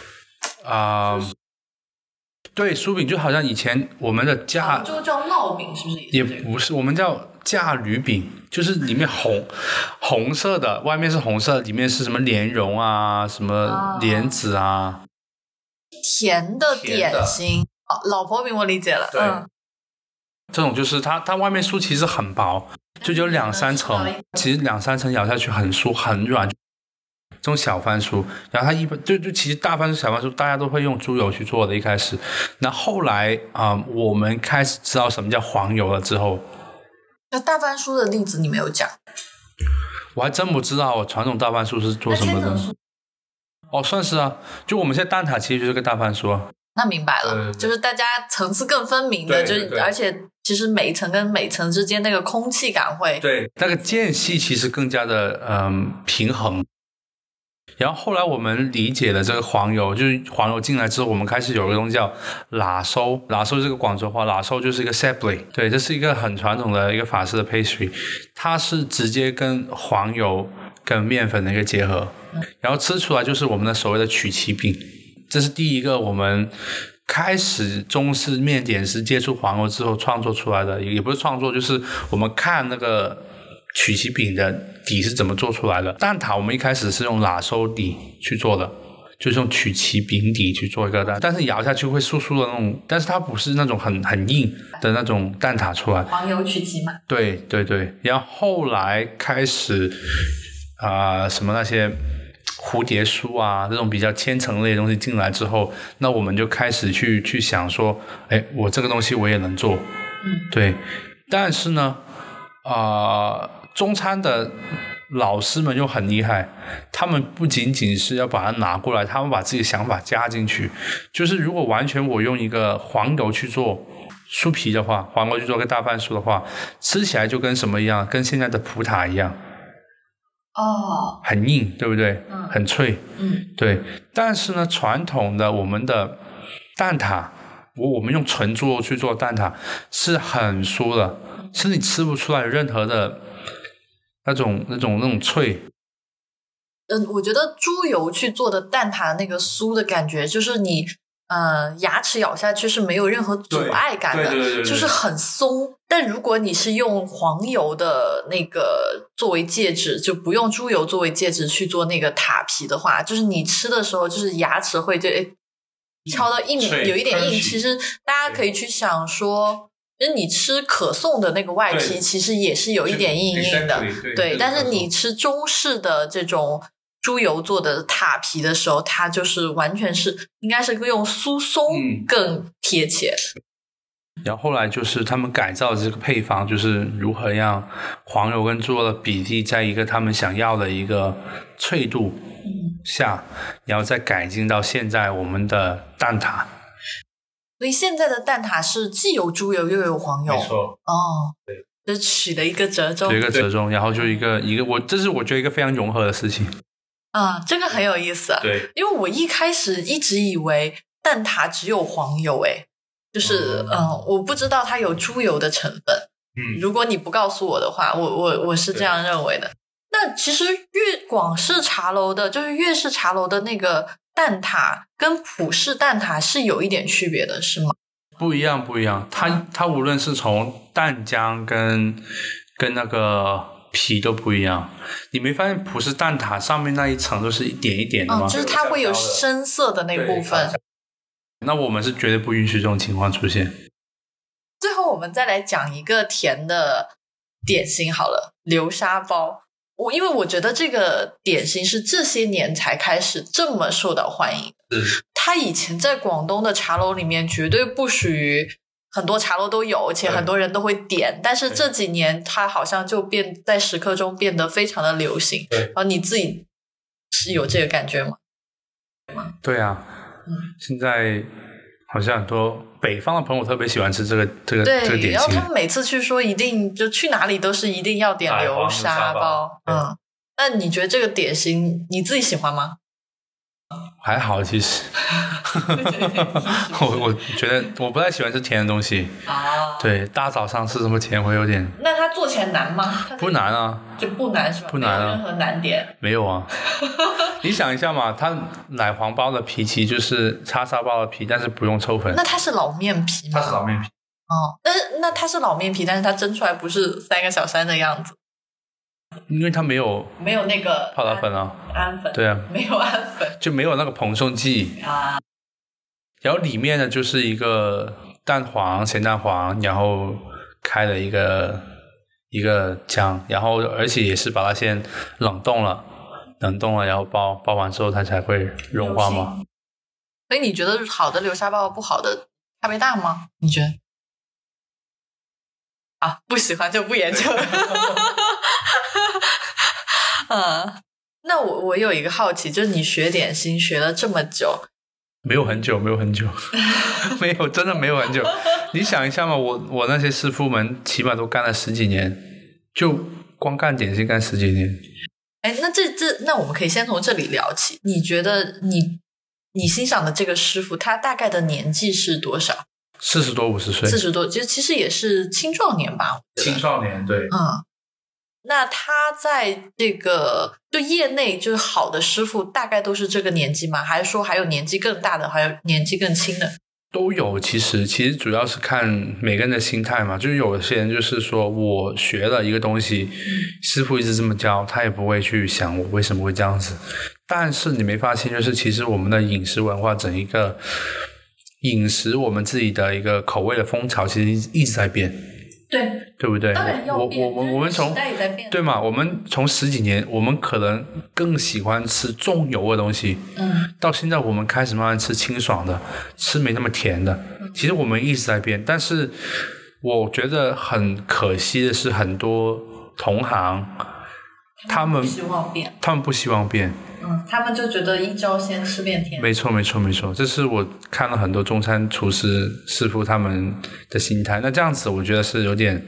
对，酥饼就好像以前我们的就叫烙饼，是不是？ 也不是，我们叫架驴饼，就是里面红色的，外面是红色，里面是什么莲蓉啊，什么莲子啊， 甜的点心。老婆饼我理解了。 这种就是它外面酥其实很薄，就有2-3层，其实2-3层咬下去很酥很软。这种小番薯，然后它一般就其实大番薯小番薯大家都会用猪油去做的，一开始。那后来我们开始知道什么叫黄油了之后， 那大番薯的例子你没有讲。 我还真不知道传统大番薯是做什么的。算是啊，就我们现在蛋挞其实就是个大番薯啊。 那明白了，就是大家层次更分明的，就是而且其实每一层跟每一层之间那个空气感会， 对，那个间隙其实更加的平衡。然后后来我们理解了这个黄油，就是黄油进来之后，我们开始有一个东西叫喇收，喇收是个广州话，喇收就是一个 sablé， 对，这是一个很传统的一个法式的 pastry， 它是直接跟黄油跟面粉的一个结合，然后吃出来就是我们的所谓的曲奇饼。这是第一个我们开始中式面点师接触黄油之后创作出来的，也不是创作，就是我们看那个曲奇饼的底是怎么做出来的。蛋挞我们一开始是用喇收底去做的，就是用曲奇饼底去做一个蛋，但是咬下去会酥酥的那种，但是它不是那种很硬的那种蛋挞出来。 黄油曲奇嘛。对， 然后后来开始什么那些蝴蝶酥啊这种比较千层类的东西进来之后，那我们就开始去想说，我这个东西我也能做。对，但是呢中餐的老师们又很厉害，他们不仅仅是要把它拿过来，他们把自己的想法加进去。就是如果完全我用一个黄油去做酥皮的话，黄油去做个大番薯的话，吃起来就跟什么一样，跟现在的葡挞一样。很硬，对不对？很脆。对。但是呢，传统的我们的蛋挞，我们用纯猪肉去做蛋挞是很酥的，是你吃不出来任何的那种脆。 我觉得猪油去做的蛋挞那个酥的感觉，就是你牙齿咬下去是没有任何阻碍感的，就是很松。但如果你是用黄油的那个作为介质，就不用猪油作为介质去做那个塔皮的话，就是你吃的时候就是牙齿会就敲到有一点硬。其实大家可以去想说，就是你吃可颂的那个外皮其实也是有一点硬的，对。但是你吃中式的这种猪油做的塔皮的时候，它就是完全是应该是用酥松更贴切。 然后后来就是他们改造这个配方，就是如何让黄油跟猪肉的比例在一个他们想要的一个脆度下，然后再改进到现在我们的蛋挞。 所以现在的蛋挞是既有猪油又有黄油。 没错。 对，就取了一个折中。 有一个折中，然后就一个这是我觉得一个非常融合的事情。 这个很有意思。对，因为我一开始一直以为蛋挞只有黄油，就是我不知道它有猪油的成分。如果你不告诉我的话，我是这样认为的。那其实广式茶楼的，就是粤式茶楼的那个蛋挞跟普式蛋挞是有一点区别的，是吗？ 不一样。它无论是从蛋浆跟那个皮都不一样。你没发现普式蛋挞上面那一层都是一点一点的吗？ 就是它会有深色的那部分。 那我们是绝对不允许这种情况出现。 最后我们再来讲一个甜的点心好了，流沙包。因为我觉得这个点心是这些年才开始这么受到欢迎。它以前在广东的茶楼里面绝对不属于很多茶楼都有，且很多人都会点，但是这几年它好像就在食客中变得非常的流行。然后你自己是有这个感觉吗？ 对啊，现在好像很多北方的朋友特别喜欢吃这个点心， 然后他们每次去说一定就去哪里都是一定要点流沙包。那你觉得这个点心你自己喜欢吗？ 还好其实我觉得我不太喜欢吃甜的东西对，大早上吃什么甜会有点。 那它做起来难吗？ 不难啊， 就不难是吧？ 不难啊， 没有任何难点。 没有啊你想一下嘛，它奶黄包的皮其实就是叉烧包的皮，但是不用抽粉。 那它是老面皮吗？ 它是老面皮那它是老面皮，但是它蒸出来不是3个小山的样子， 因为它没有那个泡打粉啊， 氨粉。 对啊， 没有氨粉， 就没有那个蓬松剂然后里面呢就是一个咸蛋黄，然后开了一个浆，然后而且也是把它先冷冻了，然后包完之后它才会融化吗？ 所以你觉得好的流沙包不好的差别大吗？你觉得？不喜欢就不研究了那我有一个好奇，就是你学点心学了这么久。 没有很久没有，真的没有很久你想一下嘛，我那些师傅们起码都干了10几年，就光干点心干10几年。 那我们可以先从这里聊起。你觉得你欣赏的这个师傅他大概的年纪是多少？40多 50岁 ，40多，其实也是青壮年吧。 青壮年，对。 那他在这个就业内就是好的师傅大概都是这个年纪吗？还是说还有年纪更大的，还有年纪更轻的？ 都有，其实主要是看每个人的心态嘛。就是有些人就是说我学了一个东西，师傅一直这么教，他也不会去想我为什么会这样子。但是你没发现，就是其实我们的饮食文化，整一个饮食我们自己的一个口味的风潮，其实一直在变。对不对？ 当然要变， 我们从时代也在变， 对嘛？我们从10几年，我们可能更喜欢吃重油的东西，到现在我们开始慢慢吃清爽的，吃没那么甜的。其实我们一直在变，但是我觉得很可惜的是，很多同行他们不希望变。 他们就觉得一招鲜吃遍天。 没错，这是我看了很多中餐厨师师傅他们的心态。那这样子我觉得是有点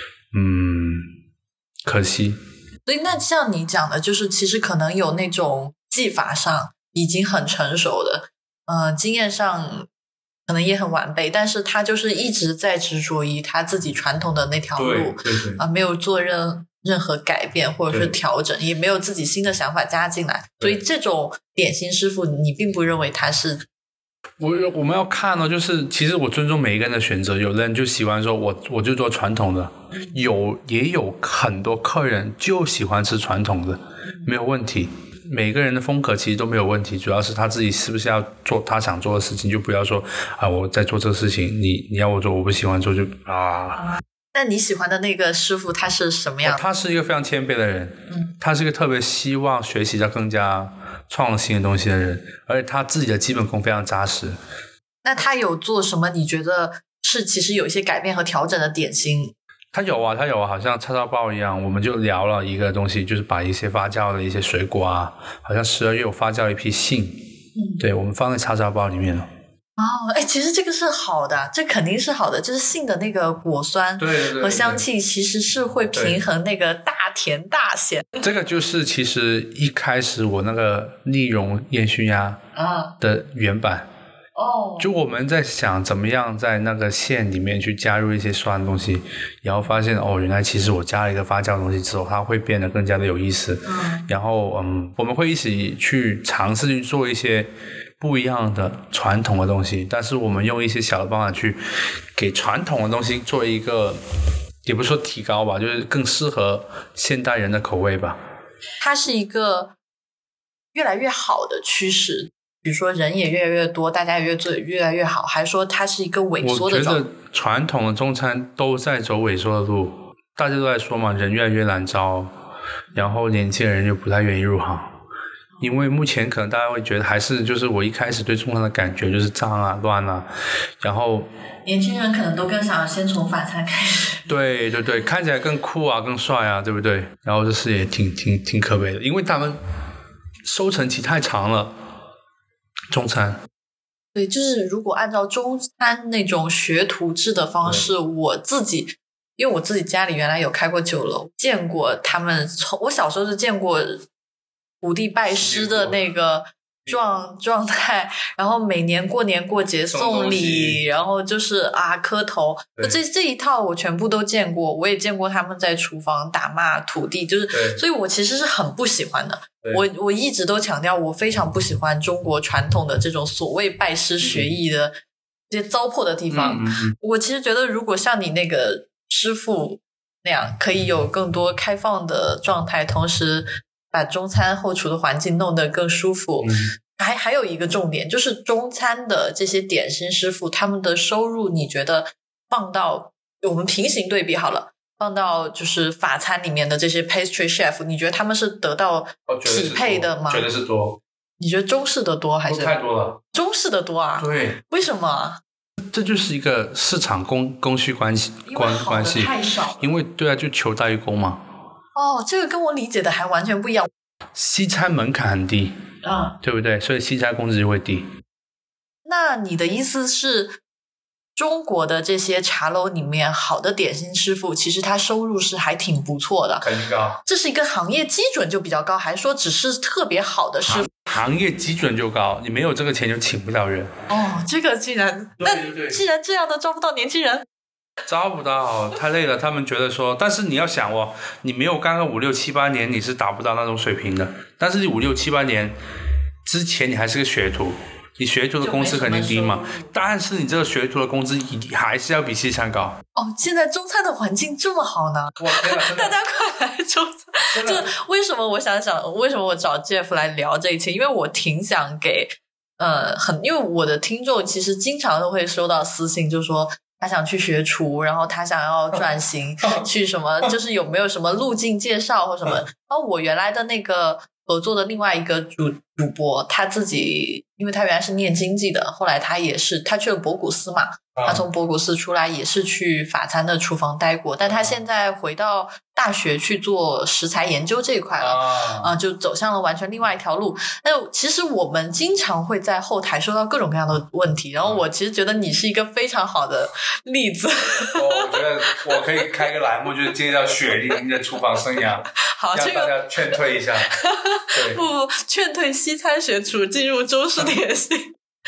可惜。 所以那像你讲的，就是其实可能有那种技法上已经很成熟的，经验上可能也很完备，但是他就是一直在执着于他自己传统的那条路，没有做任何改变或者是调整，也没有自己新的想法加进来。所以这种点心师傅你并不认为他是。 我们要看呢，就是其实我尊重每一个人的选择。有的人就喜欢说我就做传统的，也有很多客人就喜欢吃传统的，没有问题。每个人的风格其实都没有问题，主要是他自己是不是要做他想做的事情，就不要说我在做这个事情，你要我做我不喜欢做就那你喜欢的那个师傅他是什么样的？ 他是一个非常谦卑的人，他是一个特别希望学习到更加创新的东西的人，而且他自己的基本功非常扎实。 那他有做什么你觉得是其实有一些改变和调整的点心？ 他有啊，好像叉烧包一样，我们就聊了一个东西，就是把一些发酵的一些水果啊，好像12月有发酵一批杏，对，我们放在叉烧包里面了。 其实这个是好的，这肯定是好的，就是杏的那个果酸和香气其实是会平衡那个大甜大咸。 这个就是其实一开始我那个丽蓉烟熏鸭的原版。就我们在想怎么样在那个馅里面去加入一些酸的东西，然后发现原来其实我加了一个发酵的东西之后，它会变得更加的有意思。然后我们会一起去尝试去做一些不一样的传统的东西，但是我们用一些小的办法去给传统的东西做一个，也不是说提高吧，就是更适合现代人的口味吧。 它是一个越来越好的趋势，比如说人也越来越多，大家也做越来越好，还是说它是一个萎缩的状态？ 我觉得传统的中餐都在走萎缩的路，大家都在说嘛，人越来越难招，然后年轻人又不太愿意入行， 因为目前可能大家会觉得还是就是我一开始对中餐的感觉就是脏啊乱啊，然后年轻人可能都更想先从法餐开始。 对对对，看起来更酷啊更帅啊，对不对？然后这是也挺可悲的，因为他们收成期太长了，中餐。 对，就是如果按照中餐那种学徒制的方式，因为我自己家里原来有开过酒楼，见过他们，我小时候就见过徒弟拜师的那个状态，然后每年过年过节送礼，然后就是磕头，这一套我全部都见过，我也见过他们在厨房打骂徒弟，就是所以我其实是很不喜欢的。我一直都强调我非常不喜欢中国传统的这种所谓拜师学艺的这些糟粕的地方。我其实觉得如果像你那个师傅那样可以有更多开放的状态，同时把中餐后厨的环境弄得更舒服。还有一个重点就是中餐的这些点心师傅他们的收入，你觉得放到我们平行对比好了，放到就是法餐里面的这些 pastry chef， 你觉得他们是得到匹配的吗？ 觉得是多。 你觉得中式的多还是？ 太多了。中式的多啊？ 对。 为什么？ 这就是一个市场供需关系， 太少。 因为对啊，就求代工嘛。 这个跟我理解的还完全不一样。 西餐门槛很低，对不对？所以西餐工资就会低。 那你的意思是，中国的这些茶楼里面好的点心师傅，其实他收入是还挺不错的， 肯定高。这是一个行业基准就比较高，还是说只是特别好的师傅？ 行业基准就高，你没有这个钱就请不了人。 这个既然这样的招不到年轻人。 招不到，太累了。他们觉得说，但是你要想你没有干个5、6、7、8年，你是达不到那种水平的。但是你5、6、7、8年之前，你还是个学徒，你学徒的工资肯定低嘛。但是你这个学徒的工资还是要比西餐高。 现在中餐的环境这么好呢？大家快来中餐！就为什么我想为什么我找 Jeff 来聊这一期？因为我挺想给因为我的听众其实经常都会收到私信，就说他想去学厨，然后他想要转型去什么，就是有没有什么路径介绍或什么。然后我原来的那个合作的另外一个主播，他自己因为他原来是念经济的，后来他去了博古斯嘛，他从博古斯出来也是去法餐的厨房待过，但他现在回到大学去做食材研究这一块了，就走向了完全另外一条路。但其实我们经常会在后台收到各种各样的问题，然后我其实觉得你是一个非常好的例子。 我觉得我可以开个栏目，就是介绍雪莉的厨房生涯， 好， 让大家劝退一下。对， 不，劝退西餐学厨进入中式点心。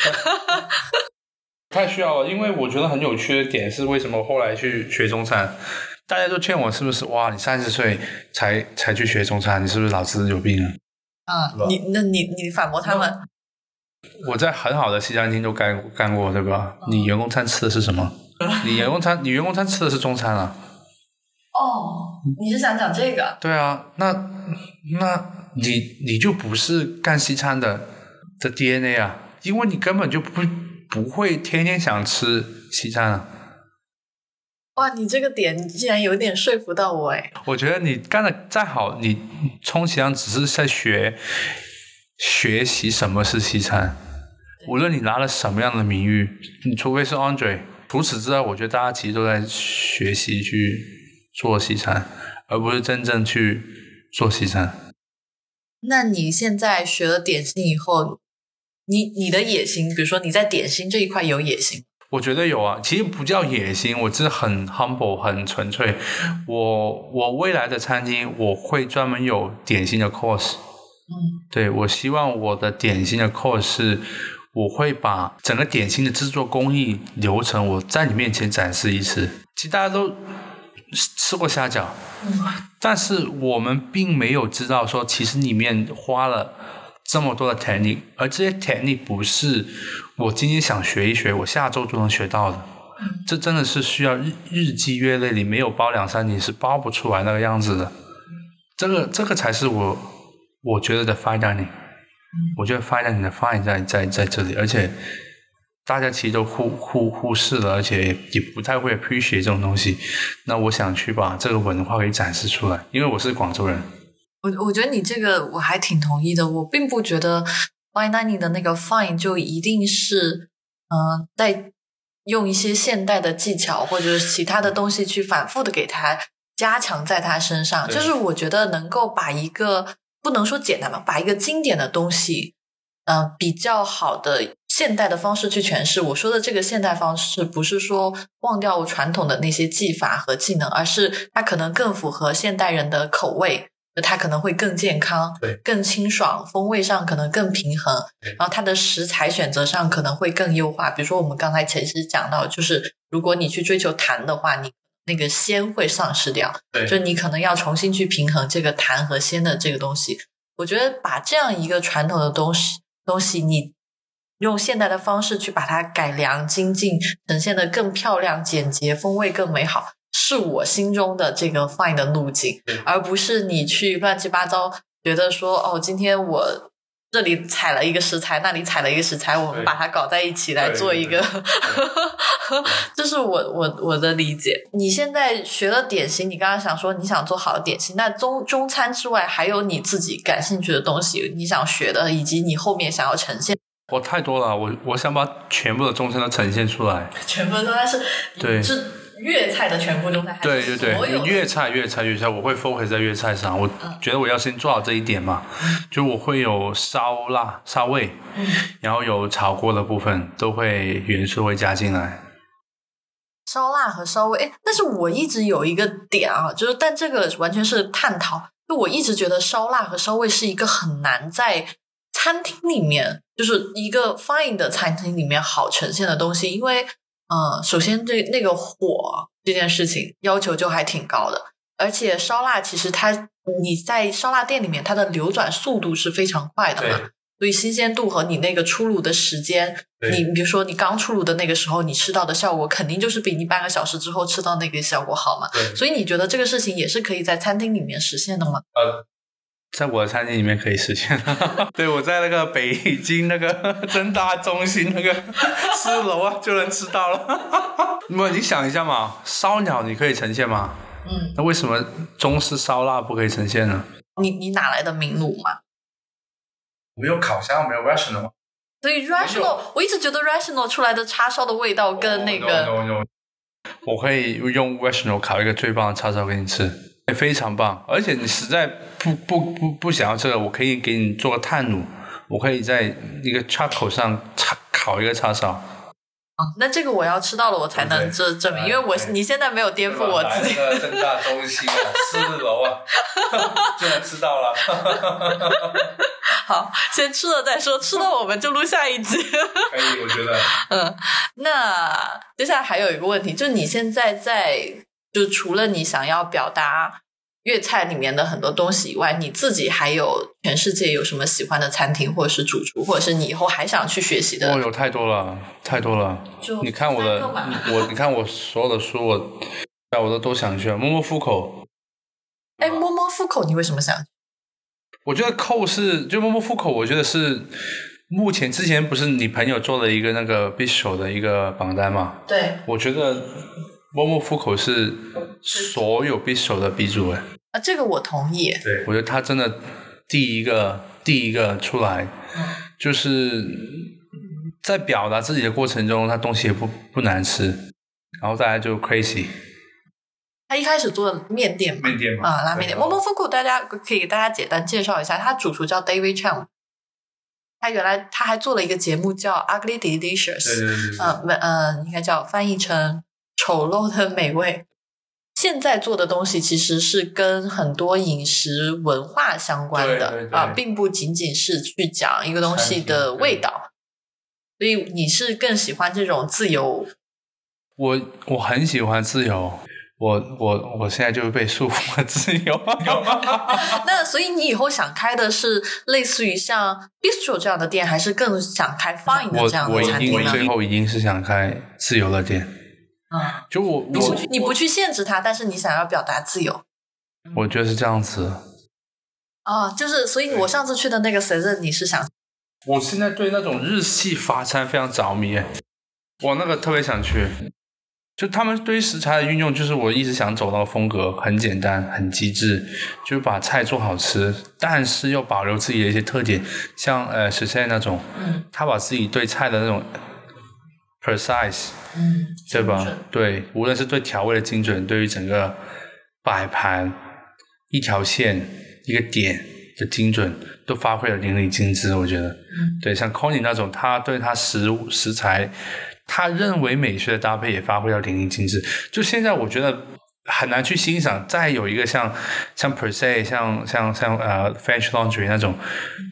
太需要了，因为我觉得很有趣的点是，为什么我后来去学中餐，大家都劝我是不是你30岁才去学中餐，你是不是脑子有病啊？ 你反驳他们？ 我在很好的西餐厅都干过，对吧？你员工餐吃的是什么？你员工餐吃的是中餐啊？ 你是想讲这个？ 对啊，那你就不是干西餐的 DNA 啊，因为你根本就不会天天想吃西餐啊。 你这个点竟然有点说服到我诶。 我觉得你干的再好，你充其量只是在学习什么是西餐，无论你拿了什么样的名誉，你除非是 Andre， 除此之外我觉得大家其实都在学习去做西餐，而不是真正去做西餐。 那你现在学了点心以后，你的野心，比如说你在点心这一块有野心？ 我觉得有啊，其实不叫野心，我是很 humble 很纯粹。我未来的餐厅我会专门有点心的 course。对，我希望我的点心的 course 是我会把整个点心的制作工艺流程我在你面前展示一次。其实大家都吃过虾饺，但是我们并没有知道说其实里面花了这么多的 technique， 而这些 technique 不是我今天想学一学我下周就能学到的，这真的是需要日积月累，你没有包2-3年是包不出来那个样子的。这个才是我觉得的 fine dining。我觉得 fine dining 的 fine 在这里，而且大家其实都忽视了，而且也不太会 appreciate 这种东西。那我想去把这个文化给展示出来，因为我是广州人。 我觉得你这个我还挺同意的，我并不觉得 fine dining 的那个 fine 就一定是在用一些现代的技巧或者是其他的东西去反复的给它加强在它身上，就是我觉得能够把一个不能说简单吧，把一个经典的东西比较好的现代的方式去诠释。我说的这个现代方式不是说忘掉传统的那些技法和技能，而是它可能更符合现代人的口味，它可能会更健康，更清爽，风味上可能更平衡，然后它的食材选择上可能会更优化。比如说我们刚才其实讲到，就是如果你去追求弹的话，你那个鲜会丧失掉，就你可能要重新去平衡这个弹和鲜的这个东西。我觉得把这样一个传统的东西你用现代的方式去把它改良精进，呈现得更漂亮简洁，风味更美好，是我心中的这个 fine 的路径，而不是你去乱七八糟觉得说今天我这里采了一个食材，那里采了一个食材，我们把它搞在一起来做一个这是我的理解。你现在学了点心，你刚刚想说你想做好的点心，那中餐之外还有你自己感兴趣的东西你想学的，以及你后面想要呈现？ 太多了，我想把全部的中餐都呈现出来。 全部的中餐是粤菜的全部中餐， 对对对，粤菜我会 focus 在粤菜上。我觉得我要先做好这一点嘛，就我会有烧辣烧味，然后有炒锅的部分都会元素会加进来。 烧辣和烧味，但是我一直有一个点啊，就是但这个完全是探讨，就我一直觉得烧辣和烧味是一个很难在餐厅里面，就是一个 fine 的餐厅里面好呈现的东西，因为首先对那个火这件事情要求就还挺高的，而且烧腊其实你在烧腊店里面它的流转速度是非常快的嘛，所以新鲜度和你那个出炉的时间，你比如说你刚出炉的那个时候你吃到的效果肯定就是比你半个小时之后吃到那个效果好嘛，所以你觉得这个事情也是可以在餐厅里面实现的吗？ 在我的餐厅里面可以实现对，我在那个北京那个正大中心那个4楼啊就能吃到了你想一下嘛，烧鸟你可以呈现吗？那为什么中式烧腊不可以呈现呢？ 你哪来的名卤嘛？ 没有烤箱，没有 rational， 所以 rational 我一直觉得 rational 出来的叉烧的味道跟那个 no，我可以用 rational 烤一个最棒的叉烧给你吃，非常棒。而且你实在不想要这个，我可以给你做个炭卤，我可以在一个叉口上烤一个叉烧。 那这个我要吃到了我才能证明，因为你现在没有颠覆我自己。 来那个正大中心4楼就能吃到了好，先吃了再说，吃了我们就录下一集可以，我觉得那接下来还有一个问题，就是你现在就除了你想要表达粤菜里面的很多东西以外，你自己还有全世界有什么喜欢的餐厅或者是主厨，或者是你以后还想去学习的？ 有太多了你看你看我所有的书我都想去摸摸夫口。 摸摸夫口你为什么想去？ 我觉得就摸摸夫口，我觉得是之前不是你朋友做了一个那个 bistro 的一个榜单嘛？对，我觉得摸摸夫口是所有 bistro 的鼻祖这个我同意。 对，我觉得他真的第一个出来，就是在表达自己的过程中，他东西也不难吃，然后再来就 crazy。 他一开始做的面店嘛，拉面店。摸摸夫口大家可以给大家简单介绍一下，他主厨叫 David Chang， 他原来他还做了一个节目叫 Ugly Delicious， 对，应该叫翻译成丑陋的美味。现在做的东西其实是跟很多饮食文化相关的，对，并不仅仅是去讲一个东西的味道。所以你是更喜欢这种自由？ 我很喜欢自由。我现在就是被束缚了自由那所以你以后想开的是类似于像 bistro 这样的店，还是更想开 fine 的这样的餐厅呢？ 我最后一定是想开自由的店。就你不去限制它，但是你想要表达自由。 我觉得是这样子。 就是所以我上次去的那个 Season 你是想？ 我现在对那种日系法餐非常着迷我那个特别想去。 就他们对于食材的运用，就是我一直想走到的风格，很简单很极致，就是把菜做好吃，但是又保留自己的一些特点，像Suzanne 那种，他把自己对菜的那种 precise，对吧？对，无论是对调味的精准，对于整个摆盘一条线一个点的精准都发挥了淋漓尽致，我觉得对，像 Connie 那种他对他食材他认为美学的搭配也发挥到淋漓尽致，就现在我觉得很难去欣赏再有一个像 per se 像French Laundry 那种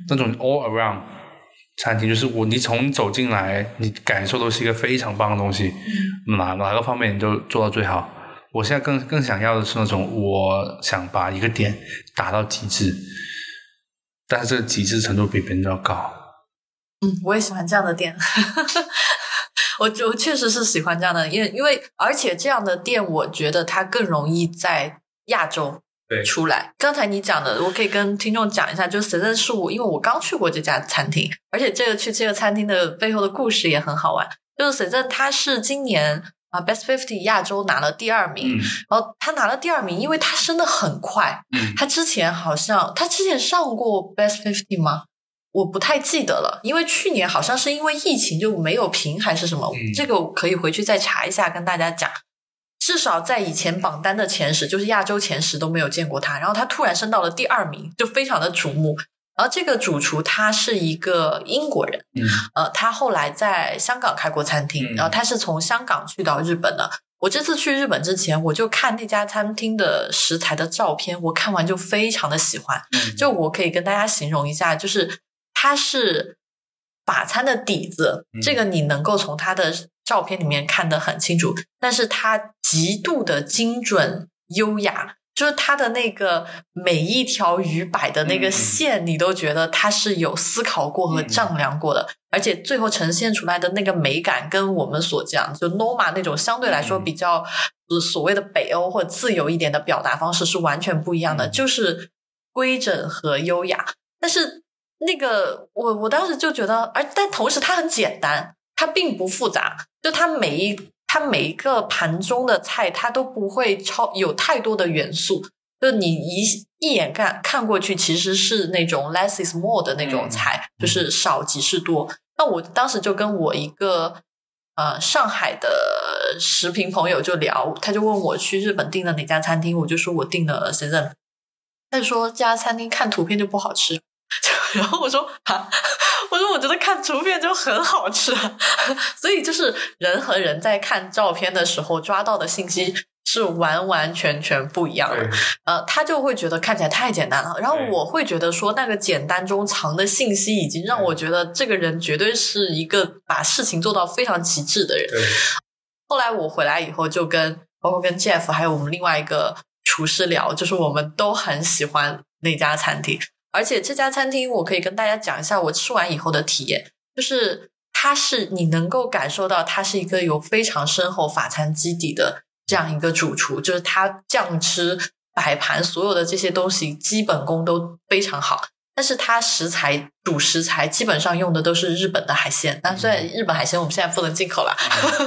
all around 餐厅，就是你从走进来你感受都是一个非常棒的东西，哪个方面你都做到最好。我现在更想要的是那种我想把一个点打到极致，但是这个极致程度比别人都要高。 我也喜欢这样的店我确实是喜欢这样的，因为而且这样的店我觉得它更容易在亚洲出来。刚才你讲的我可以跟听众讲一下，就Suzanne是因为我刚去过这家餐厅，而且去这个餐厅的背后的故事也很好玩。就是 Suzanne 他是今年Best 50亚洲拿了第2名，然后他拿了第2名因为他升得很快。他之前上过 Best 50吗？我不太记得了，因为去年好像是因为疫情就没有评还是什么，这个我可以回去再查一下跟大家讲。至少在以前榜单的前10，就是亚洲前10都没有见过他，然后他突然升到了第2名，就非常的瞩目。然后这个主厨他是一个英国人，他后来在香港开过餐厅，然后他是从香港去到日本的。我这次去日本之前我就看那家餐厅的食材的照片，我看完就非常的喜欢。就我可以跟大家形容一下，就是它是法餐的底子，这个你能够从它的照片里面看得很清楚，但是它极度的精准优雅，就是它的那个每一条鱼摆的那个线你都觉得它是有思考过和丈量过的，而且最后呈现出来的那个美感跟我们所讲就 Noma 那种相对来说比较所谓的北欧或自由一点的表达方式是完全不一样的，就是规整和优雅。但是那个我当时就觉得，但同时它很简单，它并不复杂，就它每一个盘中的菜它都不会有太多的元素，就你一眼看过去其实是那种 less is more 的那种菜，就是少即是多。那我当时就跟我一个上海的食评朋友就聊，他就问我去日本订了哪家餐厅，我就说我订了 Suzanne， 他就说这家餐厅看图片就不好吃，然后我说我觉得看图片就很好吃所以就是人和人在看照片的时候抓到的信息是完完全全不一样的。他就会觉得看起来太简单了，然后我会觉得说那个简单中藏的信息已经让我觉得这个人绝对是一个把事情做到非常极致的人。后来我回来以后就包括跟 Jeff 还有我们另外一个厨师聊，就是我们都很喜欢那家餐厅。而且这家餐厅我可以跟大家讲一下我吃完以后的体验，就是你能够感受到它是一个有非常深厚法餐基底的这样一个主厨，就是他酱汁摆盘所有的这些东西基本功都非常好，但是他主食材基本上用的都是日本的海鲜，但虽然日本海鲜我们现在不能进口了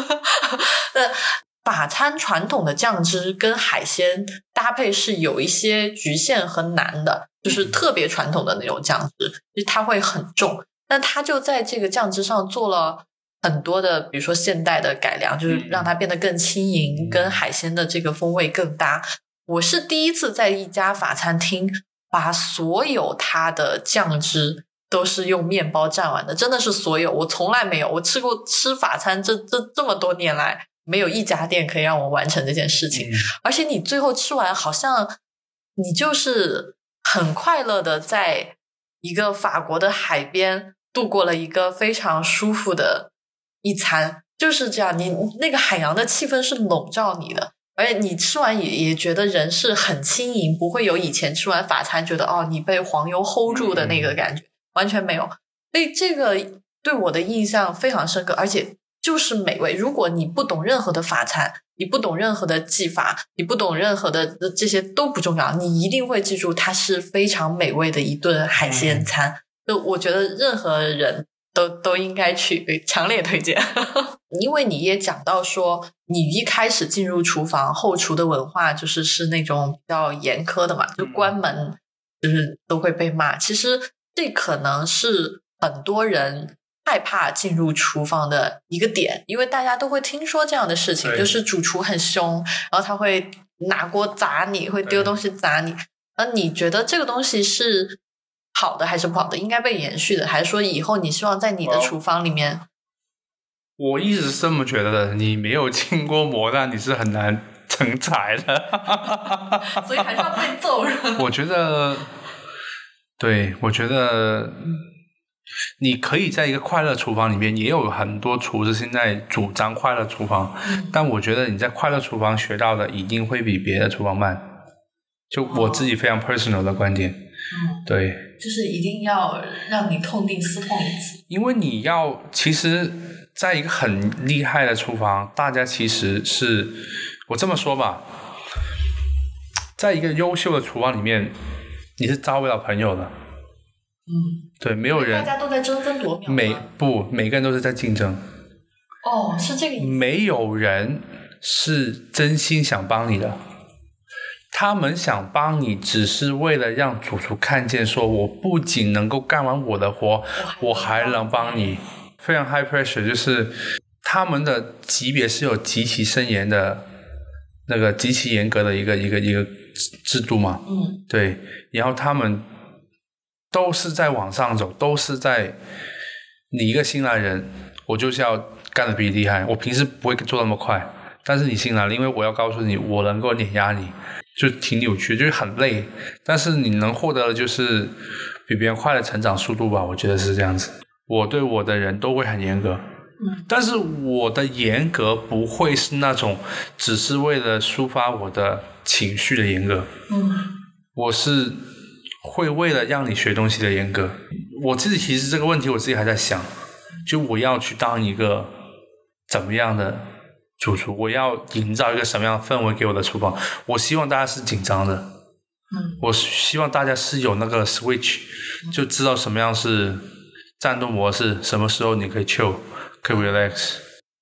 法餐传统的酱汁跟海鲜搭配是有一些局限和难的，就是特别传统的那种酱汁，就是它会很重，但它就在这个酱汁上做了很多的比如说现代的改良，就是让它变得更轻盈，跟海鲜的这个风味更搭。我是第一次在一家法餐厅把所有它的酱汁都是用面包蘸完的，真的是所有，我从来没有，我吃法餐这么多年来没有一家店可以让我完成这件事情。而且你最后吃完好像你就是很快乐的在一个法国的海边度过了一个非常舒服的一餐，就是这样，你那个海洋的气氛是笼罩你的，而且你吃完也觉得人是很轻盈，不会有以前吃完法餐觉得你被黄油 hold 住的那个感觉，完全没有。所以这个对我的印象非常深刻，而且就是美味。如果你不懂任何的法餐，你不懂任何的技法，你不懂任何的这些都不重要，你一定会记住它是非常美味的一顿海鲜餐。就我觉得任何人都应该去，强烈推荐因为你也讲到说你一开始进入厨房后厨的文化是那种比较严苛的嘛，就关门就是都会被骂。其实这可能是很多人害怕进入厨房的一个点，因为大家都会听说这样的事情，就是主厨很凶，然后他会拿锅砸你，会丢东西砸你。你觉得这个东西是好的还是不好的？应该被延续的，还是说以后你希望在你的厨房里面？ 我一直是这么觉得的，你没有进过磨难，你是很难成才的。 所以还是要被揍人。 我觉得你可以在一个快乐厨房里面，也有很多厨师现在主张快乐厨房，但我觉得你在快乐厨房学到的一定会比别的厨房慢，就我自己非常 personal 的观点。对， 就是一定要让你痛定思痛一次， 因为你要其实在一个很厉害的厨房，大家其实是我这么说吧，在一个优秀的厨房里面，你是招不了朋友的。对，没有人， 大家都在争分夺秒吗？ 每个人都是在竞争。 是这个意思。 没有人是真心想帮你的，他们想帮你只是为了让主厨看见说我不仅能够干完我的活，我还能帮你。非常 high pressure， 就是他们的级别是有极其森严的那个极其严格的一个制度嘛。对，然后他们都是在往上走，都是在你一个新来人，我就是要干得比你厉害，我平时不会做那么快，但是你新来了，因为我要告诉你我能够碾压你，就挺扭曲，就是很累，但是你能获得的就是比别人快的成长速度吧，我觉得是这样子。我对我的人都会很严格，但是我的严格不会是那种只是为了抒发我的情绪的严格，我是会为了让你学东西的严格。我自己其实这个问题我自己还在想，就我要去当一个怎么样的主厨，我要营造一个什么样的氛围给我的厨房。我希望大家是紧张的，我希望大家是有那个 switch，就知道什么样是战斗模式，什么时候你可以 chill， 可以 relax。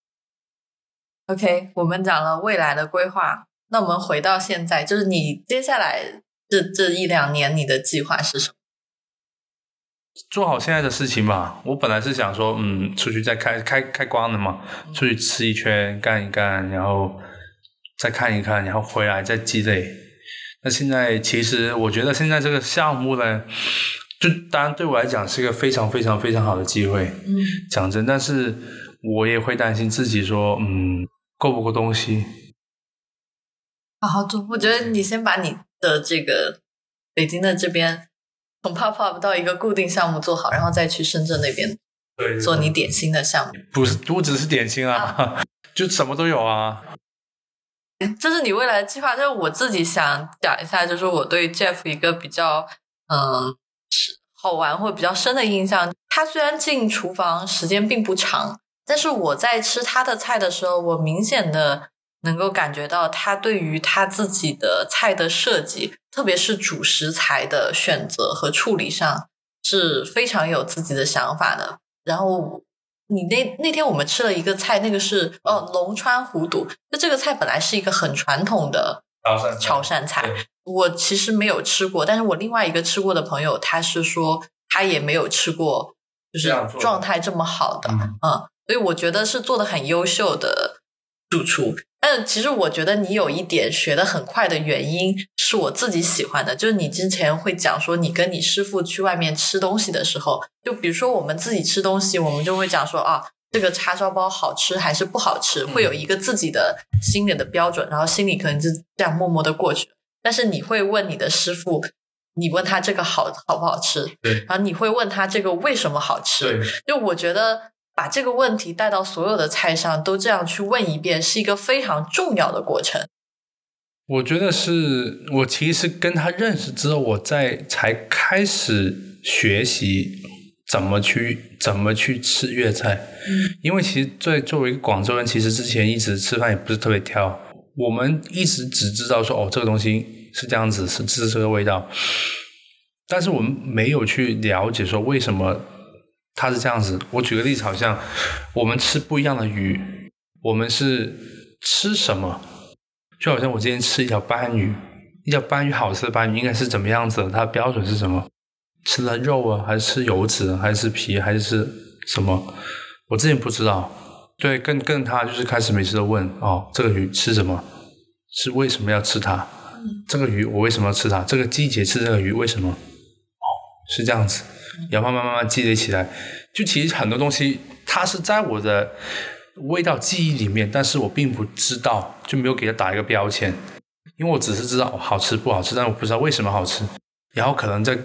OK， 我们讲了未来的规划，那我们回到现在，就是你接下来这一两年你的计划是什么？ 做好现在的事情吧。我本来是想说出去再开光的嘛，出去吃一圈干一干，然后再看一看，然后回来再积累。那现在其实我觉得现在这个项目呢，就当然对我来讲是一个非常非常非常好的机会，讲真，但是我也会担心自己说够不够东西。 好好做，我觉得你先把你的这个北京的这边从 pop-up 到一个固定项目做好，然后再去深圳那边做你点心的项目。 不只是点心啊，就什么都有啊。 这是你未来的计划。就是我自己想讲一下，就是我对 Jeff 一个比较好玩或比较深的印象。他虽然进厨房时间并不长，但是我在吃他的菜的时候，我明显的能够感觉到他对于他自己的菜的设计，特别是主食材的选择和处理上是非常有自己的想法的。然后你那天我们吃了一个菜，那个是龙川虎肚，就这个菜本来是一个很传统的潮汕菜，我其实没有吃过，但是我另外一个吃过的朋友，他是说他也没有吃过就是状态这么好的，所以我觉得是做得很优秀的主厨。但其实我觉得你有一点学得很快的原因是我自己喜欢的，就是你之前会讲说你跟你师傅去外面吃东西的时候，就比如说我们自己吃东西，我们就会讲说这个叉烧包好吃还是不好吃，会有一个自己的心里的标准，然后心里可能就这样默默的过去。但是你会问你的师傅，你问他这个好不好吃，然后你会问他这个为什么好吃。就我觉得把这个问题带到所有的菜上都这样去问一遍，是一个非常重要的过程。 我觉得是我其实跟他认识之后，我才开始学习怎么去吃粤菜。因为其实作为一个广州人，其实之前一直吃饭也不是特别挑，我们一直只知道说这个东西是这样子，是这个味道，但是我们没有去了解说为什么它是这样子。我举个例子，好像我们吃不一样的鱼， 我们是吃什么，就好像我今天吃一条斑鱼，一条斑鱼好吃的斑鱼应该是怎么样子的，它的标准是什么？吃了肉啊，还是吃油脂，还是皮，还是什么？我之前不知道。对，跟他就是开始每次都问这个鱼吃什么，是为什么要吃它，这个鱼我为什么要吃它，这个季节吃这个鱼为什么，是这样子，然后慢慢积累起来。就其实很多东西它是在我的味道记忆里面，但是我并不知道，就没有给它打一个标签，因为我只是知道好吃不好吃，但我不知道为什么好吃。然后可能这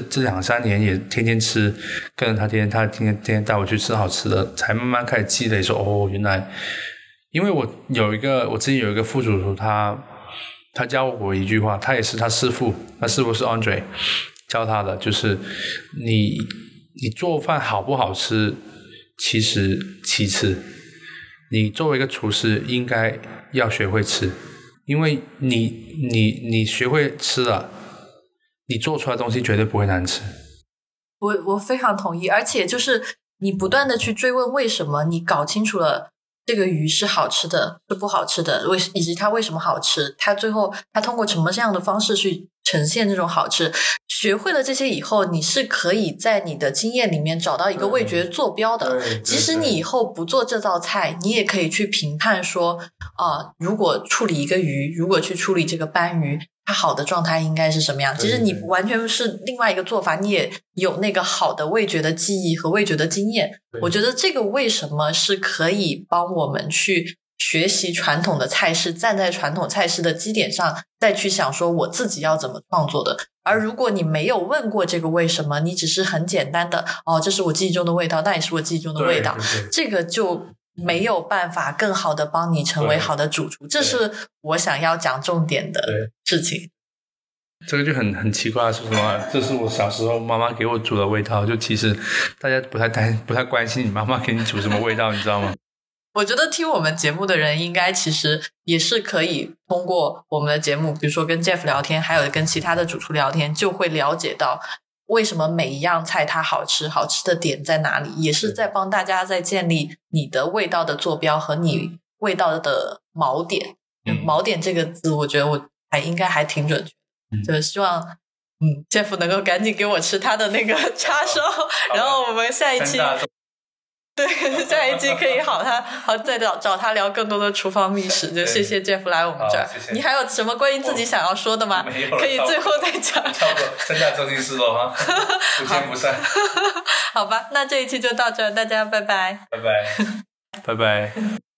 2-3年也天天吃，跟着他天天带我去吃好吃的，才慢慢开始积累说原来，因为我之前有一个副主厨，他教我一句话，他也是他师傅是 Andre 教他的，就是你做饭好不好吃其实其次，你作为一个厨师应该要学会吃，因为你学会吃了，你做出来的东西绝对不会难吃。 我非常同意，而且就是你不断的去追问为什么，你搞清楚了这个鱼是好吃的是不好吃的，以及它为什么好吃，它最后它通过什么这样的方式去呈现这种好吃，学会了这些以后，你是可以在你的经验里面找到一个味觉坐标的。即使你以后不做这道菜，你也可以去评判说如果处理一个鱼，如果去处理这个斑鱼，它好的状态应该是什么样。其实你完全是另外一个做法，你也有那个好的味觉的记忆和味觉的经验。我觉得这个为什么是可以帮我们去学习传统的菜式，站在传统菜式的基点上再去想说我自己要怎么创作的。而如果你没有问过这个为什么，你只是很简单的这是我记忆中的味道，那也是我记忆中的味道，这个就没有办法更好的帮你成为好的主厨，这是我想要讲重点的事情。 这个就很奇怪，是什么？这是我小时候妈妈给我煮的味道，就其实大家不太关心你妈妈给你煮什么味道，你知道吗？ 我觉得听我们节目的人应该其实也是可以通过我们的节目，比如说跟 Jeff 聊天，还有跟其他的主厨聊天，就会了解到为什么每一样菜它好吃的点在哪里，也是在帮大家在建立你的味道的坐标和你味道的锚点。锚点这个字我觉得我应该还挺准确，就希望Jeff 能够赶紧给我吃他的那个叉烧，然后我们下一期下一期可以再找他聊更多的厨房秘史。就谢谢 Jeff 来我们这儿。谢谢。你还有什么关于自己想要说的吗？没有了，可以最后再讲。差不多，剩下周星驰了哈，不见不散。好吧，那这一期就到这儿，大家拜拜。拜拜。拜拜。